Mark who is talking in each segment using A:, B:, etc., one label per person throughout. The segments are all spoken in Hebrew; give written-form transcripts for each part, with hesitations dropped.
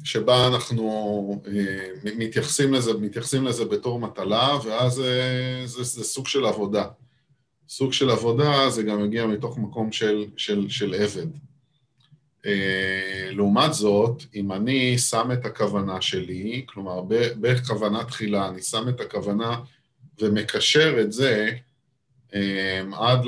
A: שבה אנחנו מתייחסים לזה בתור מטלה, ואז זה סוג של עבודה. סוג של עבודה זה גם מגיע מתוך מקום של עבד. לעומת זאת, אם אני שם את הכוונה שלי, כלומר, בכוונה תחילה, אני שם את הכוונה ומקשר את זה עד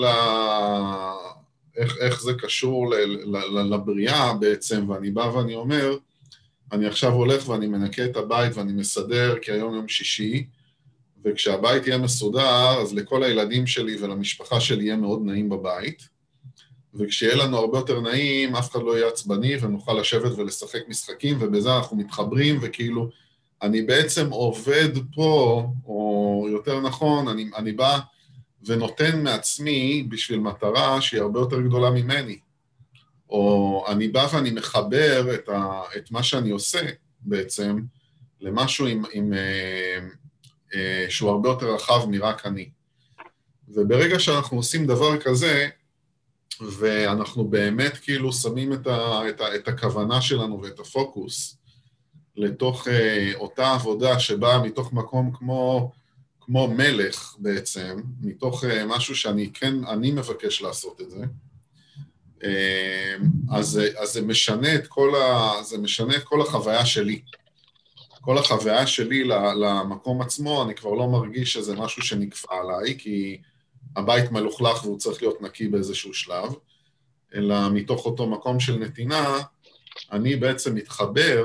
A: איך זה קשור לבריאה בעצם, ואני בא ואני אומר, אני עכשיו הולך ואני מנקה את הבית ואני מסדר, כי היום יום שישי, וכשהבית יהיה מסודר, אז לכל הילדים שלי ולמשפחה שלי יהיה מאוד נעים בבית, וכשיהיה לנו הרבה יותר נעים, אף אחד לא יהיה עצבני, ונוכל לשבת ולשחק משחקים, ובזה אנחנו מתחברים, וכאילו, אני בעצם עובד פה, או יותר נכון, אני בא ונותן מעצמי בשביל מטרה שהיא הרבה יותר גדולה ממני. או אני בא ואני מחבר את מה שאני עושה בעצם, למשהו שהוא הרבה יותר רחב מרק אני. וברגע שאנחנו עושים דבר כזה, ואנחנו באמת כאילו שמים את הכוונה שלנו ואת הפוקוס לתוך אותה עבודה שבאה מתוך מקום כמו מלך בעצם, מתוך משהו אני מבקש לעשות את זה, אז זה משנה את כל החוויה שלי. כל החוויה שלי למקום עצמו, אני כבר לא מרגיש שזה משהו שנקפא עליי, כי הבית מלוכלך והוא צריך להיות נקי באיזשהו שלב, אלא מתוך אותו מקום של נתינה, אני בעצם מתחבר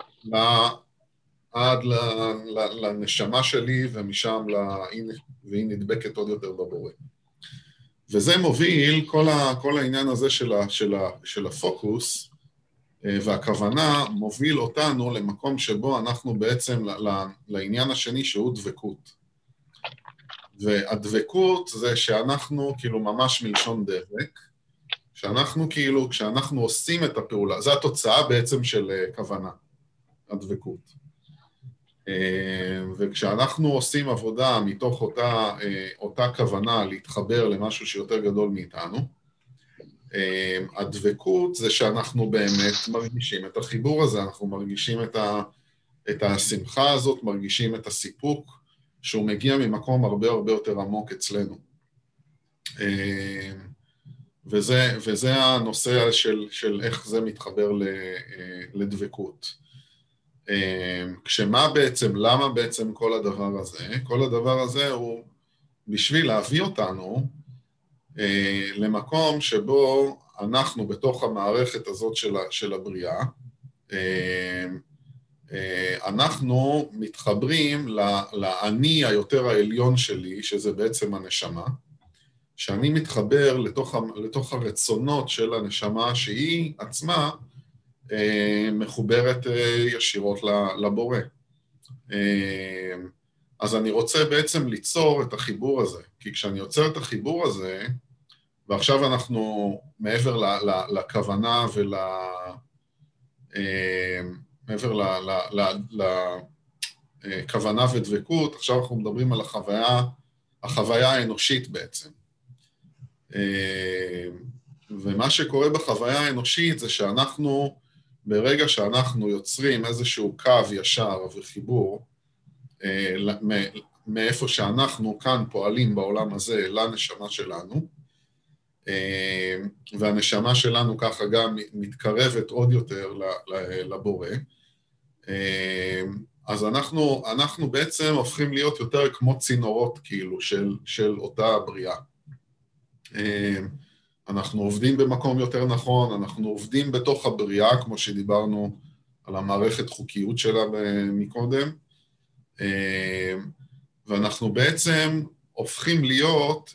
A: עד לנשמה שלי, ומשם והיא נדבקת עוד יותר בבורא. וזה מוביל, כל העניין הזה של הפוקוס, והכוונה מוביל אותנו למקום שבו אנחנו בעצם לעניין השני שהוא דבקות. והדבקות זה שאנחנו כאילו ממש מלשון דבק, כשאנחנו עושים את הפעולה, זה התוצאה בעצם של כוונה, הדבקות. וכשאנחנו עושים עבודה מתוך אותה כוונה להתחבר למשהו שיותר גדול מאיתנו, הדבקות זה שאנחנו באמת מרגישים את החיבור הזה, אנחנו מרגישים את השמחה הזאת, מרגישים את הסיפוק, שהוא מגיע ממקום הרבה הרבה יותר עמוק אצלנו. וזה הנושא של איך זה מתחבר לדבקות. למה בעצם כל הדבר הזה? כל הדבר הזה הוא בשביל להביא אותנו למקום שבו אנחנו בתוך המערכת הזאת של הבריאה, אנחנו מתחברים לאני היותר העליון שלי, שזה בעצם הנשמה, שאני מתחבר לתוך הרצונות של הנשמה שהיא עצמה מחוברת ישירות לבורא. אז אני רוצה בעצם ליצור את החיבור הזה, כי כשאני יוצר את החיבור הזה, ועכשיו אנחנו מעבר לכוונה מעבר לכוונה ודבקות, עכשיו אנחנו מדברים על החוויה האנושית בעצם. ומה שקורה בחוויה האנושית זה שאנחנו, ברגע שאנחנו יוצרים איזשהו קו ישר וחיבור, מאיפה שאנחנו כאן פועלים בעולם הזה לנשמה שלנו, והנשמה שלנו ככה גם מתקרבת עוד יותר לבורא, אז אנחנו בעצם הופכים להיות יותר כמו צינורות כאילו של אותה בריאה. אנחנו עובדים במקום יותר נכון, אנחנו עובדים בתוך הבריאה, כמו שדיברנו על המערכת חוקיות שלה מקודם, ואנחנו בעצם הופכים להיות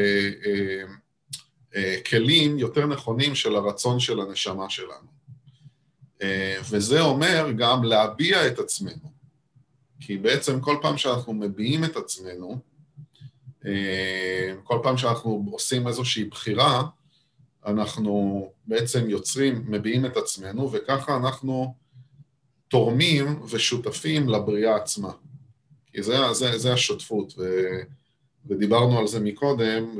A: כלים יותר נכונים של הרצון של הנשמה שלנו. וזה אומר גם להביע את עצמנו, כי בעצם כל פעם שאנחנו מביעים את עצמנו, כל פעם שאנחנו עושים איזושהי בחירה, אנחנו בעצם מביעים את עצמנו, וככה אנחנו תורמים ושותפים לבריאה עצמה. כי זה השותפות, ודיברנו על זה מקודם,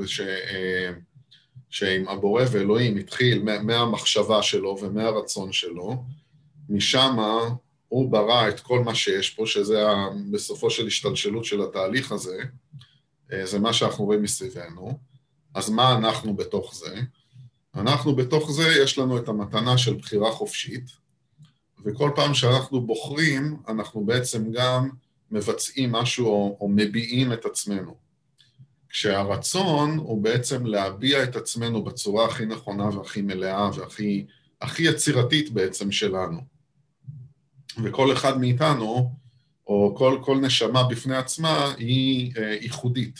A: שעם הבורא ואלוהים התחיל מהמחשבה שלו ומהרצון שלו, משם הוא ברא את כל מה שיש פה, שזה בסופו של השתלשלות של התהליך הזה, זה מה שאנחנו רואים מסביבנו, אז מה אנחנו בתוך זה? אנחנו בתוך זה, יש לנו את המתנה של בחירה חופשית, וכל פעם שאנחנו בוחרים, אנחנו בעצם גם מבצעים משהו או מביעים את עצמנו. כשהרצון הוא בעצם להביע את עצמנו בצורה הכי נכונה והכי מלאה והכי יצירתית בעצם שלנו. וכל אחד מאיתנו, או כל נשמה בפני עצמה, היא ייחודית.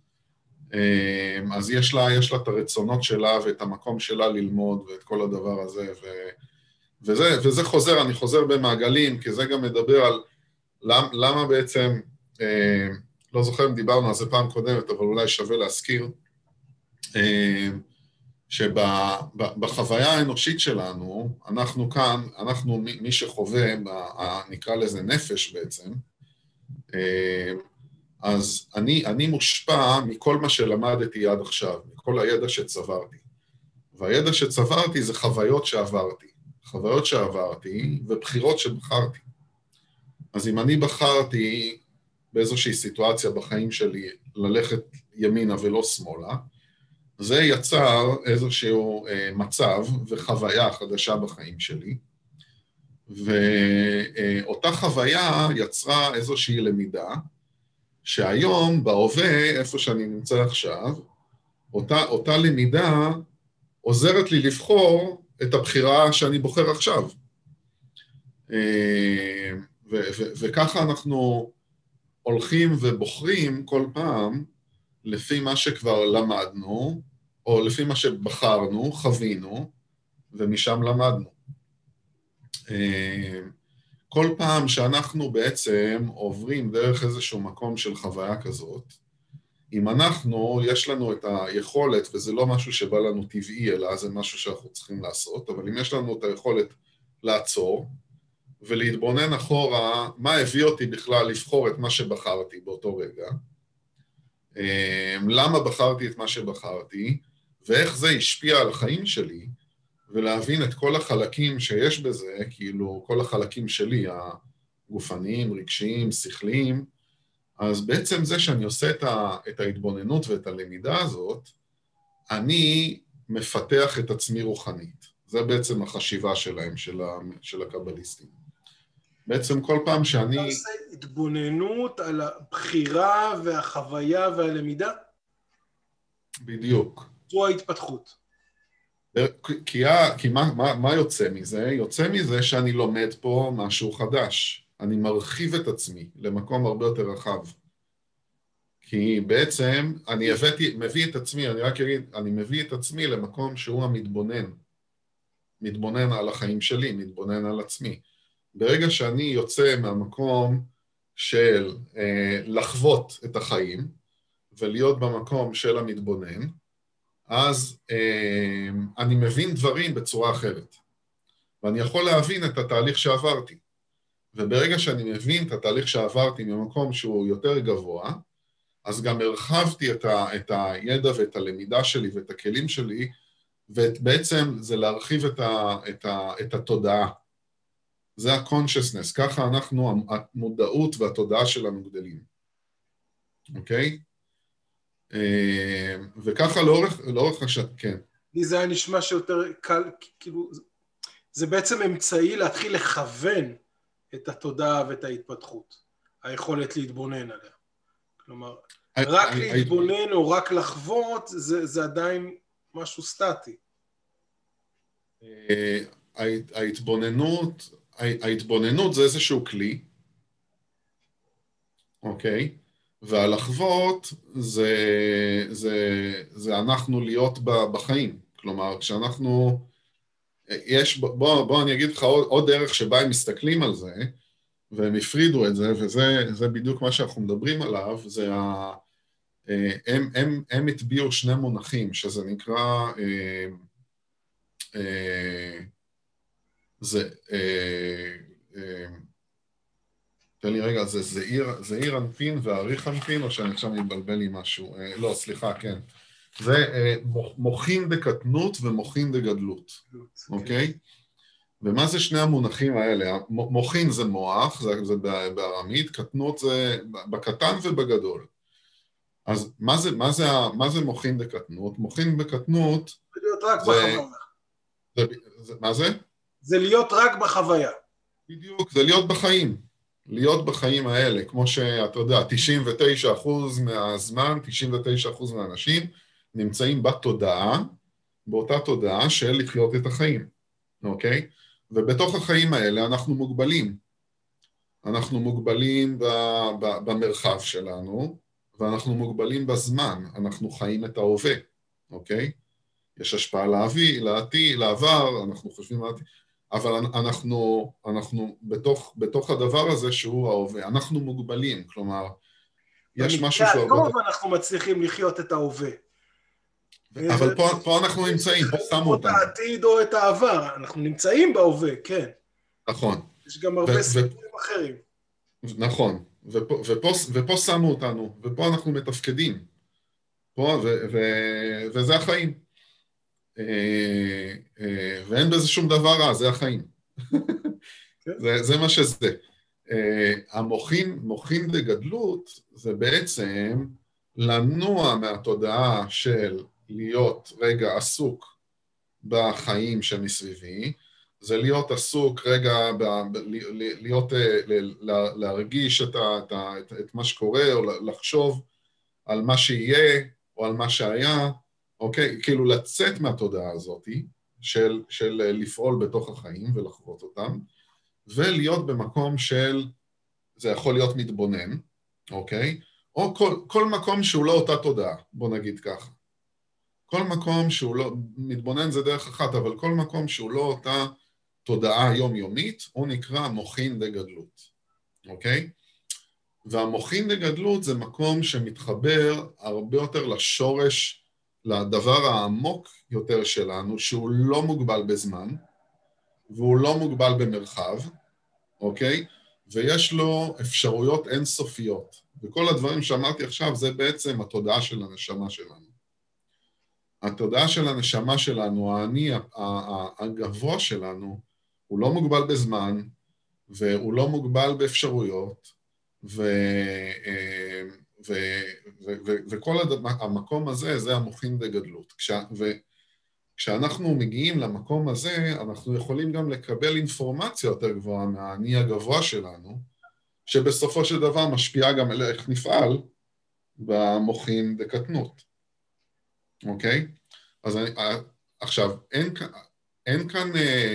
A: אז יש לה את הרצונות שלה ואת המקום שלה ללמוד ואת כל הדבר הזה, וזה חוזר, אני חוזר במעגלים, כי זה גם מדבר על למה בעצם, לא זוכר אם דיברנו על זה פעם קודמת, אבל אולי שווה להזכיר, שבחוויה האנושית שלנו, אנחנו כאן, אנחנו מי שחווה, נקרא לזה נפש בעצם, אז אני מושפע מכל מה שלמדתי עד עכשיו, מכל הידע שצברתי. והידע שצברתי זה חוויות שעברתי ובחירות שבחרתי. אז אם אני בחרתי באיזושהי סיטואציה בחיים שלי ללכת ימינה ולא שמאלה, זה יצר איזשהו מצב וחוויה חדשה בחיים שלי, ואותה חוויה יצרה איזושהי למידה, שהיום בהווה, איפה שאני נמצא עכשיו, אותה למידה עוזרת לי לבחור את הבחירה שאני בוחר עכשיו. וככה אנחנו הולכים ובוחרים כל פעם לפי מה שכבר למדנו, או לפי מה שבחרנו, חווינו, ומשם למדנו. כל פעם שאנחנו בעצם עוברים דרך איזשהו מקום של חוויה כזאת, אם יש לנו את היכולת, וזה לא משהו שבא לנו טבעי, אלא זה משהו שאנחנו צריכים לעשות, אבל אם יש לנו את היכולת לעצור, ולהתבונן אחורה, מה הביא אותי בכלל לבחור את מה שבחרתי באותו רגע, למה בחרתי את מה שבחרתי, ואיך זה השפיע על החיים שלי, ולהבין את כל החלקים שיש בזה, כאילו כל החלקים שלי, הגופניים, רגשיים, שכליים, אז בעצם זה שאני עושה את ההתבוננות ואת הלמידה הזאת, אני מפתח את עצמי רוחנית. זה בעצם החשיבה שלהם, של הקבליסטים. בעצם כל פעם שאני...
B: אתה עושה התבוננות על הבחירה והחוויה והלמידה?
A: בדיוק.
B: זו ההתפתחות.
A: כי מה יוצא מזה? יוצא מזה שאני לומד פה משהו חדש. אני מרחיב את עצמי למקום הרבה יותר רחב. כי בעצם אני מביא את עצמי, אני רק אגיד, אני מביא את עצמי למקום שהוא המתבונן. מתבונן על החיים שלי, מתבונן על עצמי. ברגע שאני יוצא מהמקום של לחוות את החיים, ולהיות במקום של המתבונן, אז אני מבין דברים בצורה אחרת. ואני יכול להבין את התהליך שעברתי. וברגע שאני מבין את התהליך שעברתי ממקום שהוא יותר גבוה, אז גם הרחבתי את הידע ואת הלמידה שלי ואת הכלים שלי, ובעצם זה להרחיב את התודעה. זה ה-consciousness, ככה המודעות והתודעה שלנו גדלים. אוקיי? וככה לאורך כן.
B: לי זה היה נשמע שיותר קל, כאילו, זה בעצם אמצעי להתחיל לכוון את התודעה ואת ההתפתחות, היכולת להתבונן עליה. כלומר, רק להתבונן או רק לחוות, זה עדיין משהו סטטי.
A: ההתבוננות זה איזשהו כלי, אוקיי? והלחוות זה אנחנו להיות בחיים. כלומר, כשאנחנו, בוא אני אגיד לך עוד דרך שבה הם מסתכלים על זה, והם הפרידו את זה, וזה בדיוק מה שאנחנו מדברים עליו, זה הם הטביעו שני מונחים, שזה נקרא, תן לי רגע, זה זעיר אנפין ועריך אנפין, או שאני עכשיו מתבלבל לי משהו? לא, סליחה, כן. זה מוחין דקטנות ומוחין דגדלות, אוקיי? ומה זה שני המונחים האלה? מוחין זה מוח, זה בארמית, קטנות זה בקטן ובגדול. אז מה זה מוחין בקטנות? מוחין בקטנות
B: זה להיות רק בחוויה.
A: מה זה?
B: זה להיות רק בחוויה.
A: בדיוק, זה להיות בחיים. להיות בחיים האלה, כמו שאתה יודע, 99% מהזמן, 99% מהאנשים נמצאים בתודעה, באותה תודעה של לחיות את החיים, אוקיי? ובתוך החיים האלה אנחנו מוגבלים. אנחנו מוגבלים במרחב שלנו, ואנחנו מוגבלים בזמן, אנחנו חיים את ההווה, אוקיי? יש השפעה לעתיד, לעבר, אנחנו חושבים לעתיד, אבל אנחנו בתוך הדבר הזה שהוא ההווה, אנחנו מוגבלים, כלומר, יש משהו שהוא...
B: היום אנחנו מצליחים לחיות את ההווה.
A: אבל פה אנחנו נמצאים, פה שמו אותנו.
B: או את העתיד או את העבר, אנחנו נמצאים בהווה, כן.
A: נכון.
B: יש גם הרבה סיפורים אחרים.
A: נכון, ופה שמו אותנו, ופה אנחנו מתפקדים. פה, וזה החיים. ואין בזה שום דבר רע, זה החיים. זה מה שזה. המוחין בגדלות זה בעצם לנוע מהתודעה של להיות רגע עסוק בחיים שמסביבי, זה להיות עסוק רגע, להרגיש את מה שקורה, או לחשוב על מה שיהיה, או על מה שהיה, אוקיי? כאילו לצאת מהתודעה הזאת, של לפעול בתוך החיים ולחוות אותם, ולהיות במקום של, זה יכול להיות מתבונן, אוקיי? או כל מקום שהוא לא אותה תודעה, בוא נגיד ככה. כל מקום שהוא לא, מתבונן זה דרך אחת, אבל כל מקום שהוא לא אותה תודעה יומיומית, הוא נקרא מוחין דגדלות, אוקיי? והמוחין דגדלות זה מקום שמתחבר הרבה יותר לשורש, לדבר העמוק יותר שלנו, שהוא לא מוגבל בזמן, והוא לא מוגבל במרחב, אוקיי? ויש לו אפשרויות אינסופיות. וכל הדברים שאמרתי עכשיו זה בעצם התודעה של הנשמה שלנו. התודעה של הנשמה שלנו, האני הגבוה שלנו, הוא לא מוגבל בזמן, והוא לא מוגבל באפשרויות, וכל המקום הזה, זה המוחין דגדלות. וכשאנחנו מגיעים למקום הזה, אנחנו יכולים גם לקבל אינפורמציה יותר גבוהה מהאני הגבוה שלנו, שבסופו של דבר משפיעה גם על איך נפעל במוחין דקטנות. אוקיי? אז עכשיו, אין כאן,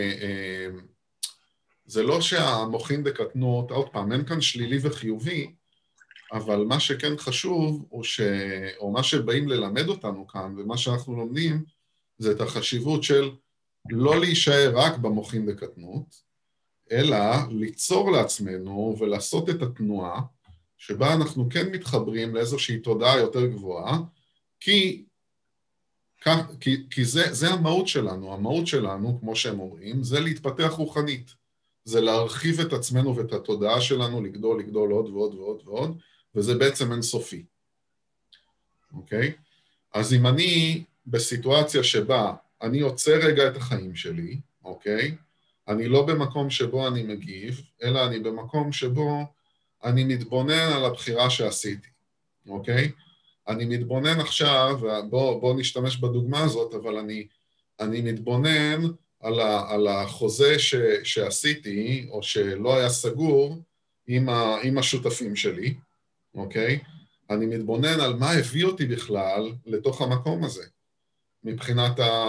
A: זה לא שהמוחין דקטנות, עוד פעם, אין כאן שלילי וחיובי, אבל מה שכן חשוב, או מה שבאים ללמד אותנו כאן, ומה שאנחנו לומדים, זה את החשיבות של לא להישאר רק במוחין דקטנות, אלא ליצור לעצמנו ולעשות את התנועה, שבה אנחנו כן מתחברים לאיזושהי תודעה יותר גבוהה, כי זה המהות שלנו. המהות שלנו, כמו שהם אומרים, זה להתפתח רוחנית. זה להרחיב את עצמנו ואת התודעה שלנו, לגדול עוד ועוד ועוד ועוד, וזה בעצם אינסופי. אוקיי? אז אם אני בסיטואציה שבה אני עוצר רגע את החיים שלי, אוקיי? אני לא במקום שבו אני מגיב, אלא אני במקום שבו אני מתבונן על הבחירה שעשיתי, אוקיי? אני מתבונן עכשיו, בוא נשתמש בדוגמה הזאת, אבל אני מתבונן על החוזה שעשיתי, או שלא היה סגור, עם השותפים שלי, אוקיי? אני מתבונן על מה הביא אותי בכלל לתוך המקום הזה, מבחינת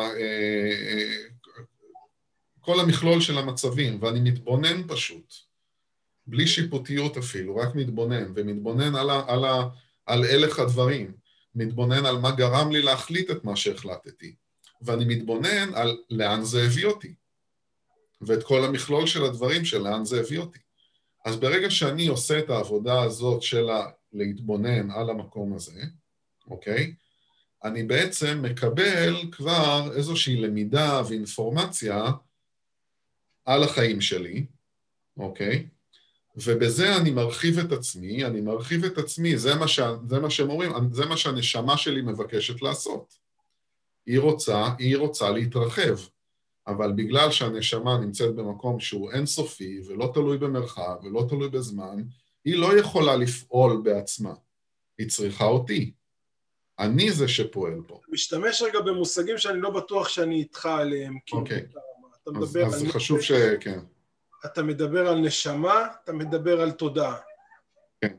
A: כל המכלול של המצבים, ואני מתבונן פשוט, בלי שיפוטיות אפילו, רק מתבונן, ומתבונן על הלך הדברים, מתבונן על מה גרם לי להחליט את מה שהחלטתי, ואני מתבונן על לאן זה הביא אותי, ואת כל המכלול של הדברים של לאן זה הביא אותי. אז ברגע שאני עושה את העבודה הזאת של להתבונן על המקום הזה, אוקיי? אני בעצם מקבל כבר איזושהי למידה ואינפורמציה על החיים שלי, אוקיי? ובזה אני מרחיב את עצמי, זה מה שהם אומרים, זה מה שהנשמה שלי מבקשת לעשות. היא רוצה להתרחב, אבל בגלל שהנשמה נמצאת במקום שהוא אינסופי, ולא תלוי במרחב, ולא תלוי בזמן, היא לא יכולה לפעול בעצמה. היא צריכה אותי. אני זה שפועל פה.
B: משתמש רגע במושגים שאני לא בטוח שאני איתך עליהם.
A: אוקיי.
B: אתה מדבר
A: אז
B: על
A: חשוב שכן.
B: אתה מדבר על נשמה, אתה מדבר על תודעה.
A: כן.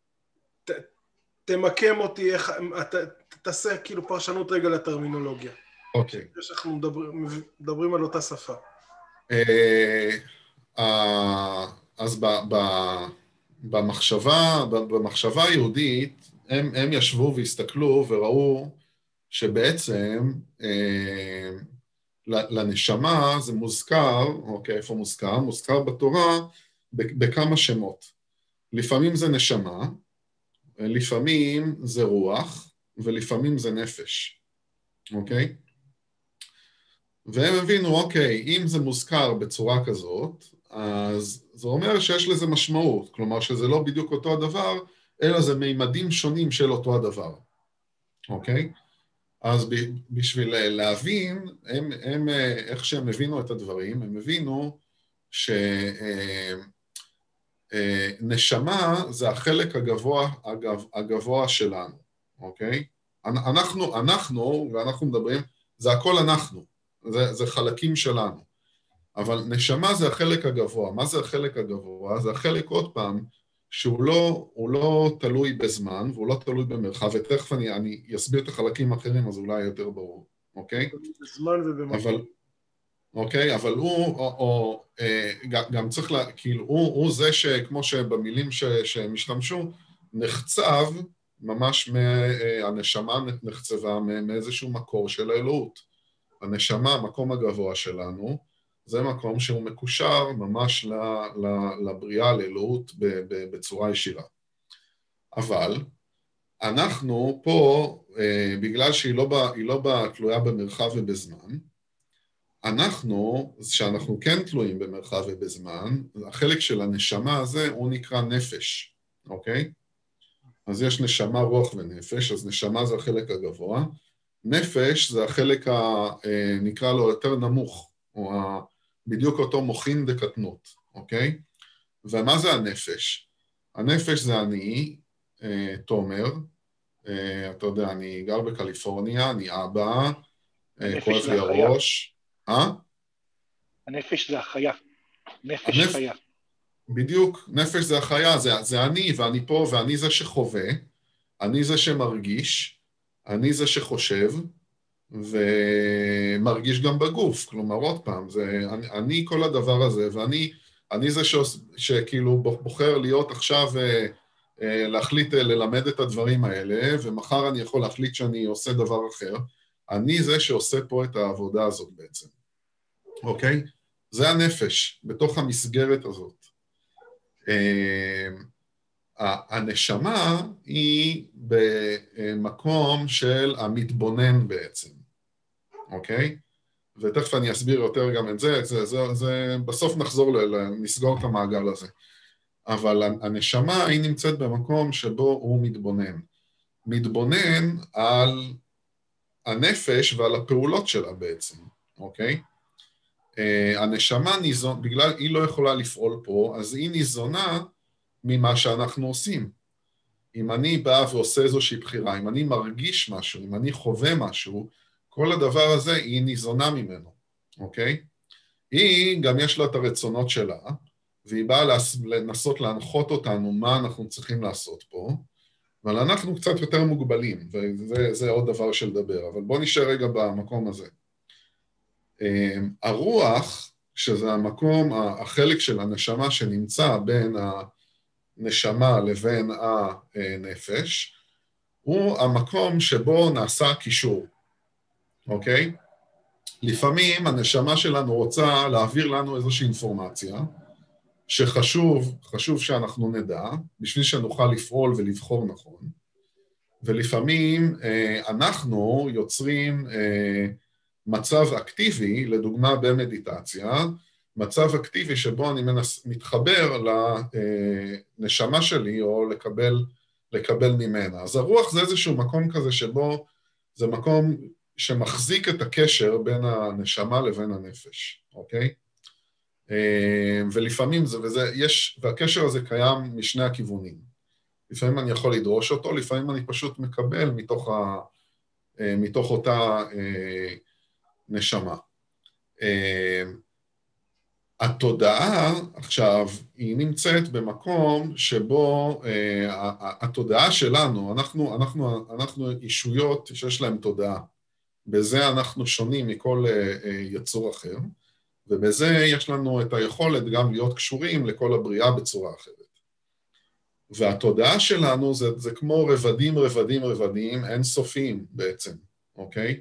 B: תמקם אותי, תעשה כאילו פרשנות רגע לטרמינולוגיה.
A: אוקיי.
B: שאנחנו מדברים על אותה שפה.
A: אז במחשבה היהודית, הם ישבו והסתכלו וראו שבעצם לנשמה זה מוזכר, אוקיי, איפה מוזכר? מוזכר בתורה בכמה שמות. לפעמים זה נשמה, לפעמים זה רוח, ולפעמים זה נפש, אוקיי? והם הבינו, אוקיי, אם זה מוזכר בצורה כזאת, אז זה אומר שיש לזה משמעות, כלומר שזה לא בדיוק אותו הדבר, אלא זה מימדים שונים של אותו הדבר, אוקיי? אז בשביל להבין, הם איך שהם הבינו את הדברים, הם הבינו שנשמה זה החלק הגבוה שלנו, אוקיי? אנחנו, ואנחנו מדברים, זה הכל אנחנו, זה חלקים שלנו, אבל נשמה זה החלק הגבוה. מה זה החלק הגבוה? זה החלק עוד פעם, שהוא לא תלוי בזמן, והוא לא תלוי במרחב, ותכף אני אסביר את החלקים האחרים, אז אולי יותר ברור, אוקיי?
B: בזמן ובמקום.
A: אוקיי, אבל הוא גם צריך, כאילו, הוא זה שכמו שבמילים שמשתמשו, נחצב, ממש הנשמה נחצבה מאיזשהו מקור של האלוהות. הנשמה, המקום הגבוה שלנו, זה מקום שהוא מקושר ממש לבריאה, לאלוהות בצורה ישירה. אבל אנחנו פה, בגלל שהיא לא תלויה במרחב ובזמן, שאנחנו כן תלויים במרחב ובזמן, החלק של הנשמה הזה הוא נקרא נפש, אוקיי? אז יש נשמה, רוח ונפש, אז נשמה זה החלק הגבוה, נפש זה החלק נקרא לו יותר נמוך, או בדיוק אותו מוחין דקטנות, אוקיי? ומה זה הנפש? הנפש זה אני, תומר, אתה יודע, אני גר בקליפורניה, אני אבא, כואב לי הראש.
C: הנפש זה החיה, נפש חיה.
A: בדיוק, נפש זה החיה, זה אני, ואני פה, ואני זה שחווה, אני זה שמרגיש, אני זה שחושב, ומרגיש גם בגוף, כלומר עוד פעם, אני כל הדבר הזה, ואני זה שכאילו בוחר להיות עכשיו, להחליט ללמד את הדברים האלה, ומחר אני יכול להחליט שאני עושה דבר אחר, אני זה שעושה פה את העבודה הזאת בעצם, אוקיי? זה הנפש, בתוך המסגרת הזאת. הנשמה היא במקום של המתבונן בעצם, אוקיי? ותכף אני אסביר יותר גם את זה, בסוף נסגור את המעגל הזה. אבל הנשמה היא נמצאת במקום שבו הוא מתבונן על הנפש ועל הפעולות שלה בעצם, אוקיי? הנשמה ניזונה, בגלל היא לא יכולה לפעול פה, אז היא ניזונה ממה שאנחנו עושים. אם אני בא ועושה איזושהי בחירה, אם אני מרגיש משהו, אם אני חווה משהו, כל הדבר הזה היא ניזונה ממנו, אוקיי? היא גם יש לה את הרצונות שלה, והיא באה לנסות להנחות אותנו מה אנחנו צריכים לעשות פה, אבל אנחנו קצת יותר מוגבלים, וזה עוד דבר של לדבר, אבל בואו נשאר רגע במקום הזה. הרוח, שזה המקום, החלק של הנשמה שנמצא בין הנשמה לבין הנפש, הוא המקום שבו נעשה הקישור, אוקיי? לפעמים הנשמה רוצה להעביר לנו איזושהי אינפורמציה, חשוב שאנחנו נדע, בשביל שנוכל לפעול ולבחור נכון, ולפעמים אנחנו יוצרים מצב אקטיבי, לדוגמה במדיטציה, מצב אקטיבי שבו אני מתחבר לנשמה שלי או לקבל ממנה. אז הרוח זה איזשהו מקום כזה שבו זה מקום שמחזיק את הקשר בין הנשמה לבין הנפש, אוקיי? ולפעמים והקשר הזה קיים משני הכיוונים. לפעמים אני יכול לדרוש אותו, לפעמים אני פשוט מקבל מתוך אותה נשמה. התודעה עכשיו היא נמצאת במקום שבו התודעה שלנו, אנחנו אישויות שיש להם תודעה. בזה אנחנו שונים מכל יצור אחר, ובזה יש לנו את היכולת גם להיות קשורים לכל הבריאה בצורה אחרת. והתודעה שלנו זה כמו רבדים אינסופיים בעצם, אוקיי?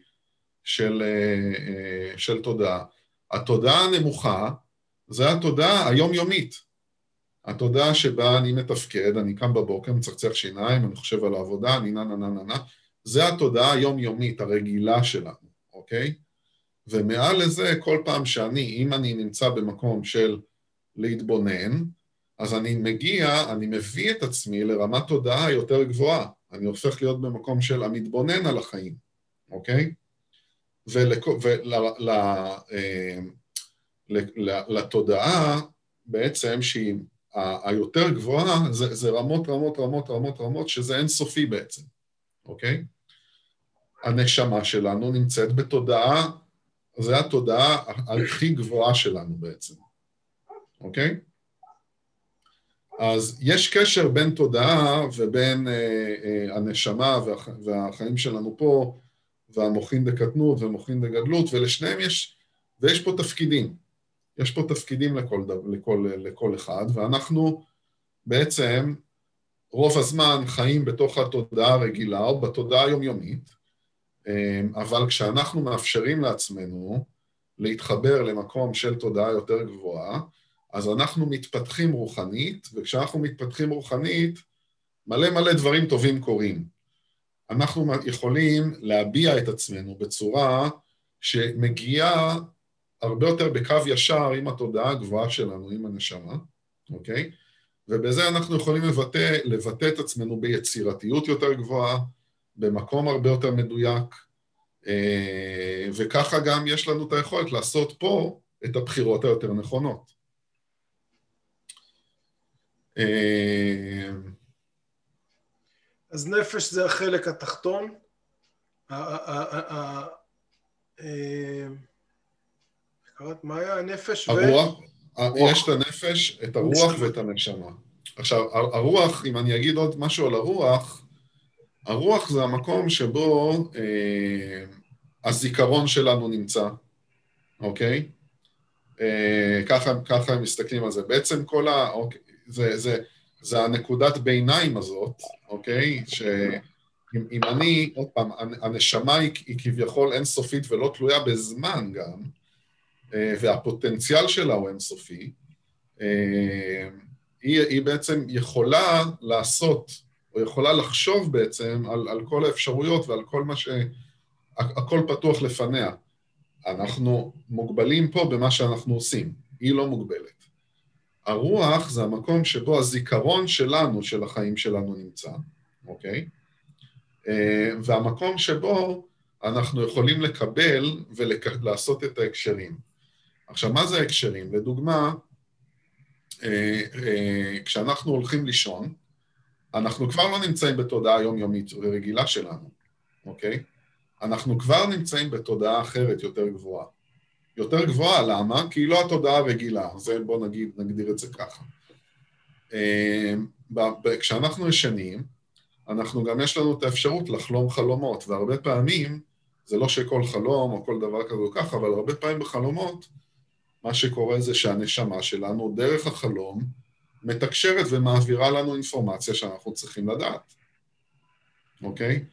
A: של תודעה. התודעה הנמוכה זה התודעה היומיומית. התודעה שבה אני מתפקד, אני קם בבוקר, מצחצח שיניים, אני חושב על העבודה, אני נה. זה התודעה היומיומית, הרגילה שלנו, אוקיי? ומעל לזה, כל פעם אם אני נמצא במקום של להתבונן, אז אני מביא את עצמי לרמת תודעה יותר גבוהה. אני הופך להיות במקום של המתבונן על החיים, אוקיי? לתודעה בעצם שהיא היותר גבוהה, זה רמות, שזה אינסופי בעצם, אוקיי? הנשמה שלנו נמצאת בתודעה, זה התודעה הכי גבוהה שלנו בעצם, אוקיי? אז יש קשר בין תודעה ובין הנשמה והחיים שלנו פה, והמוחין דקטנות ומוחין דגדלות, ולשניהם ויש פה תפקידים. יש פה תפקידים לכל אחד, ואנחנו בעצם רוב הזמן חיים בתוך התודעה הרגילה או בתודעה היומיומית, אבל כשאנחנו מאפשרים לעצמנו להתחבר למקום של תודעה יותר גבוהה, אז אנחנו מתפתחים רוחנית, וכשאנחנו מתפתחים רוחנית, מלא דברים טובים קורים. אנחנו יכולים להביע את עצמנו בצורה שמגיעה הרבה יותר בקו ישר עם התודעה הגבוהה שלנו, עם הנשמה, אוקיי? ובזה אנחנו יכולים לבטא את עצמנו ביצירתיות יותר גבוהה, במקום הרבה יותר מדויק, וככה גם יש לנו את היכולת לעשות פה את הבחירות היותר נכונות.
B: אז נפש זה החלק התחתון, מה היה הנפש?
A: הרוח, יש את הנפש, את הרוח ואת הנשמה. עכשיו, הרוח, אם אני אגיד עוד משהו על הרוח זה המקום שבו הזיכרון שלנו נמצא, אוקיי? ככה הם מסתכלים על זה. בעצם זה הנקודת ביניים הזאת, אוקיי? שאם אני, עוד פעם, הנשמה היא כביכול אינסופית ולא תלויה בזמן גם, והפוטנציאל שלה הוא אינסופי, היא בעצם יכולה לעשות, או יכולה לחשוב בעצם על כל האפשרויות ועל כל הכל פתוח לפניה. אנחנו מוגבלים פה במה שאנחנו עושים, היא לא מוגבלת. הרוח זה המקום שבו הזיכרון שלנו, של החיים שלנו נמצא, אוקיי? והמקום שבו אנחנו יכולים לקבל ולעשות את ההקשרים. עכשיו, מה זה ההקשרים? לדוגמה, כשאנחנו הולכים לישון, אנחנו כבר לא נמצאים בתודעה יומיומית ורגילה שלנו, אוקיי? אנחנו כבר נמצאים בתודעה אחרת יותר גבוהה. יותר גבוהה, למה? כי היא לא התודעה הרגילה, זה בוא נגדיר את זה ככה. כשאנחנו ישנים, אנחנו גם יש לנו את האפשרות לחלום חלומות, והרבה פעמים, זה לא שכל חלום או כל דבר כזה או ככה, אבל הרבה פעמים בחלומות, מה שקורה זה שהנשמה שלנו, דרך החלום, מתקשרת ומעבירה לנו אינפורמציה שאנחנו צריכים לדעת. אוקיי?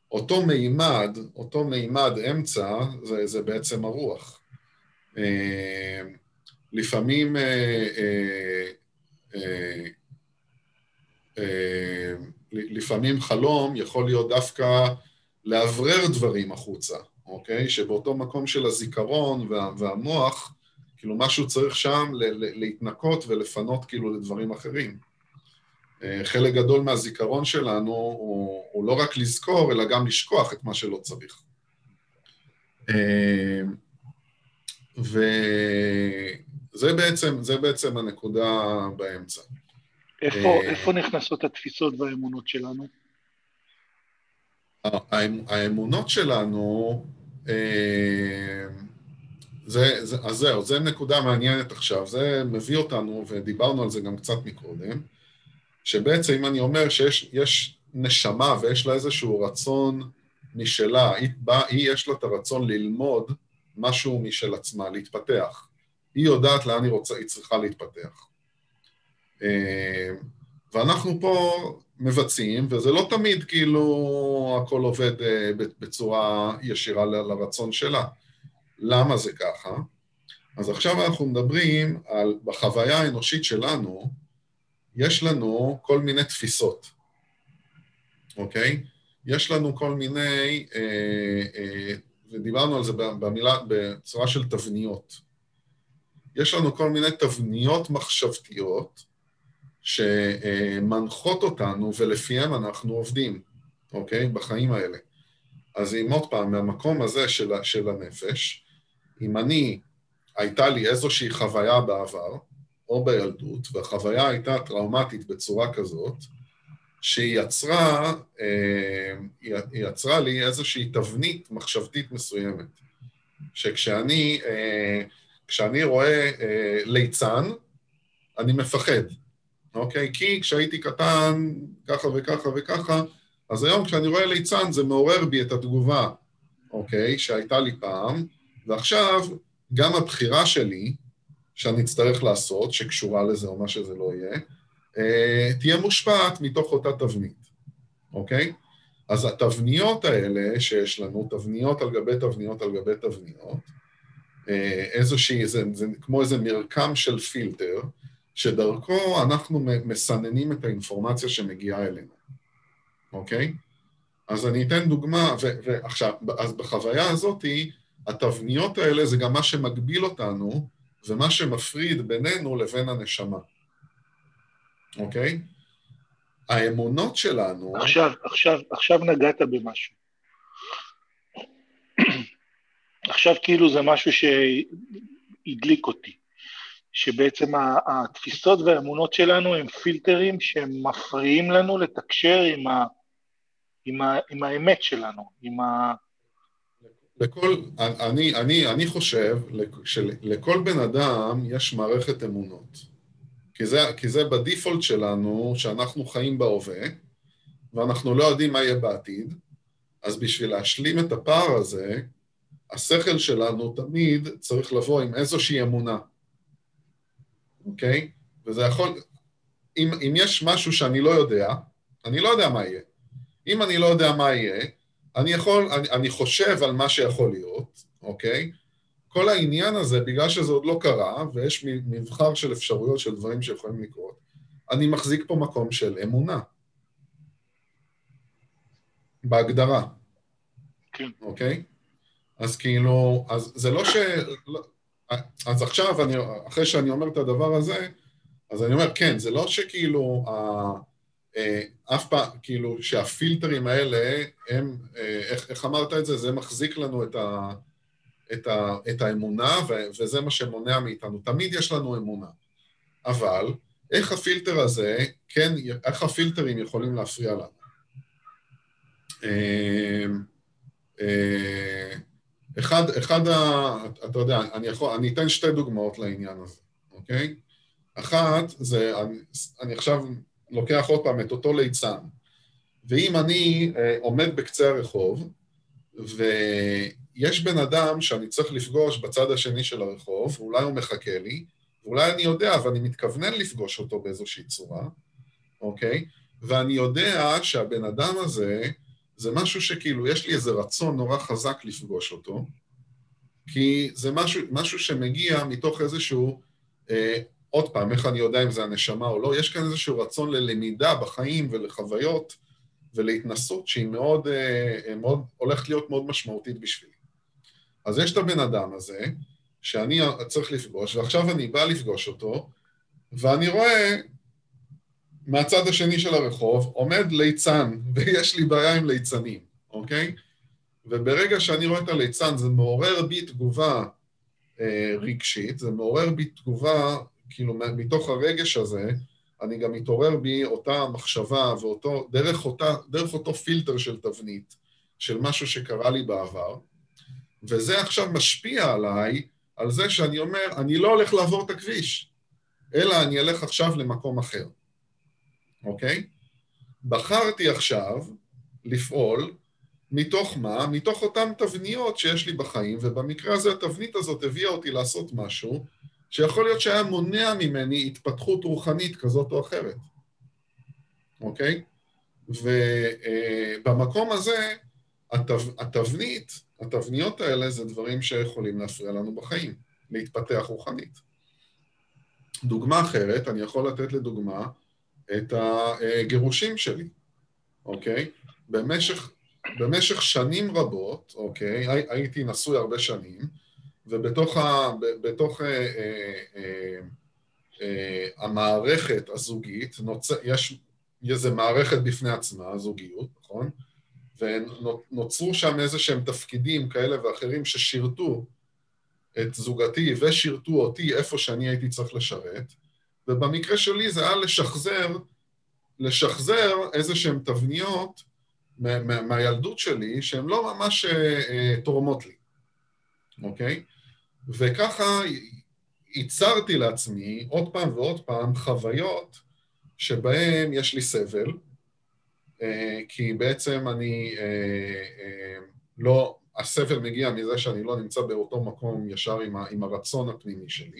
A: אותו מימד אמצע, זה בעצם הרוח. לפעמים חלום יכול להיות דווקא להברר דברים החוצה, אוקיי? שבאותו מקום של הזיכרון והמוח, כאילו משהו צריך שם להתנקות ולפנות כאילו לדברים אחרים. חלק גדול מהזיכרון שלנו הוא לא רק לזכור, אלא גם לשכוח את מה שלא צריך. וזה בעצם הנקודה באמצע.
C: איפה נכנסות התפיסות והאמונות שלנו?
A: האמונות שלנו, אז זהו, זה נקודה מעניינת עכשיו, זה מביא אותנו, ודיברנו על זה גם קצת מקודם, שבעצם אם אני אומר שיש נשמה ויש לה איזשהו רצון משלה, היא יש לה את הרצון ללמוד משהו משל עצמה, להתפתח. היא יודעת לאן היא צריכה להתפתח. ואנחנו פה מבצעים, וזה לא תמיד כאילו הכל עובד בצורה ישירה לרצון שלה. למה זה ככה? אז עכשיו אנחנו מדברים על, בחוויה האנושית שלנו, יש לנו כל מיני תפיסות, אוקיי? יש לנו כל מיני, ודיברנו על זה בצורה של תבניות. יש לנו כל מיני תבניות מחשבתיות שמנחות אותנו ולפיהם אנחנו עובדים, אוקיי? בחיים האלה. אז אם עוד פעם, מהמקום הזה של הנפש, אם הייתה לי איזושהי חוויה בעבר, או בילדות, והחוויה הייתה טראומטית בצורה כזאת, שהיא יצרה לי איזושהי תבנית מחשבתית מסוימת, שכשאני רואה ליצן, אני מפחד, אוקיי? כי כשהייתי קטן, ככה וככה וככה, אז היום כשאני רואה ליצן, זה מעורר בי את התגובה, אוקיי? שהייתה לי פעם, ועכשיו גם הבחירה שלי, שאני אצטרך לעשות, שקשורה לזה או מה שזה לא יהיה, תהיה מושפעת מתוך אותה תבנית, אוקיי? אז התבניות האלה שיש לנו, תבניות על גבי תבניות על גבי תבניות, זה כמו איזה מרקם של פילטר, שדרכו אנחנו מסננים את האינפורמציה שמגיעה אלינו, אוקיי? אז אני אתן דוגמה, ועכשיו, אז בחוויה הזאת, התבניות האלה זה גם מה שמגביל אותנו, ומה שמפריד בינינו לבין הנשמה. אוקיי? האמונות שלנו...
C: עכשיו נגעת במשהו. עכשיו כאילו זה משהו שהדליק אותי. שבעצם התפיסות והאמונות שלנו הם פילטרים שמפריעים לנו לתקשר עם האמת שלנו,
A: אני חושב שלכל בן אדם יש מערכת אמונות. כי זה בדיפולט שלנו, שאנחנו חיים בהווה, ואנחנו לא יודעים מה יהיה בעתיד, אז בשביל להשלים את הפער הזה, השכל שלנו תמיד צריך לבוא עם איזושהי אמונה. אוקיי? וזה יכול... אם יש משהו שאני לא יודע, אני לא יודע מה יהיה. אם אני לא יודע מה יהיה, אני חושב על מה שיכול להיות, אוקיי? כל העניין הזה, בגלל שזה עוד לא קרה, ויש מבחר של אפשרויות של דברים שיכולים לקרות, אני מחזיק פה מקום של אמונה. בהגדרה.
C: כן.
A: אוקיי? אז כאילו, אז זה לא אז עכשיו, אחרי שאני אומר את הדבר הזה, אז אני אומר, כן, זה לא שכאילו, אף פעם, כאילו, שהפילטרים האלה, הם, איך אמרת את זה? זה מחזיק לנו את האמונה, וזה מה שמונע מאיתנו. תמיד יש לנו אמונה. אבל, איך הפילטר הזה, כן, איך הפילטרים יכולים להפריע לנו? אתה יודע, אני אתן שתי דוגמאות לעניין הזה, אוקיי? אחת, זה, אני עכשיו לוקח עוד פעם את אותו ליצן, ואם אני עומד בקצה הרחוב, ויש בן אדם שאני צריך לפגוש בצד השני של הרחוב, ואולי הוא מחכה לי, ואולי אני יודע, ואני מתכוונן לפגוש אותו באיזושהי צורה, אוקיי? ואני יודע שהבן אדם הזה, זה משהו שכאילו, יש לי איזה רצון נורא חזק לפגוש אותו, כי זה משהו שמגיע מתוך איזשהו, עוד פעם, איך אני יודע אם זה הנשמה או לא, יש כאן איזשהו רצון ללמידה בחיים ולחוויות ולהתנסות שהיא מאוד הולכת להיות מאוד משמעותית בשבילי. אז יש את הבן אדם הזה, שאני צריך לפגוש, ועכשיו אני בא לפגוש אותו, ואני רואה מהצד השני של הרחוב עומד ליצן, ויש לי בעיה עם ליצנים, אוקיי? וברגע שאני רואה את הליצן, זה מעורר בי תגובה רגשית, זה מעורר בי תגובה, כאילו מתוך הרגש הזה, אני גם מתעורר בי אותה מחשבה, דרך אותו פילטר של תבנית, של משהו שקרה לי בעבר, וזה עכשיו משפיע עליי, על זה שאני אומר, אני לא הולך לעבור את הכביש, אלא אני אלך עכשיו למקום אחר. אוקיי? בחרתי עכשיו לפעול מתוך מה? מתוך אותן תבניות שיש לי בחיים, ובמקרה הזה התבנית הזאת הביאה אותי לעשות משהו, שיכול להיות שהיה מונע ממני התפתחות רוחנית כזאת או אחרת. אוקיי? ובמקום הזה, התבניות האלה זה דברים שיכולים להפריע לנו בחיים, להתפתח רוחנית. דוגמה אחרת, אני יכול לתת לדוגמה את הגירושים שלי, אוקיי? במשך שנים רבות, אוקיי, הייתי נשוי הרבה שנים, ובתוך המערכת הזוגית, יש איזו מערכת בפני עצמה, הזוגיות, נכון? ונוצרו שם איזה שהם תפקידים כאלה ואחרים ששירתו את זוגתי ושירתו אותי איפה שאני הייתי צריך לשרת, ובמקרה שלי זה היה לשחזר איזה שהם תבניות מהילדות שלי שהן לא ממש תורמות לי, אוקיי? וככה ייצרתי לעצמי עוד פעם ועוד פעם חוויות שבהן יש לי סבל, כי בעצם הסבל מגיע מזה שאני לא נמצא באותו מקום ישר עם הרצון הפנימי שלי,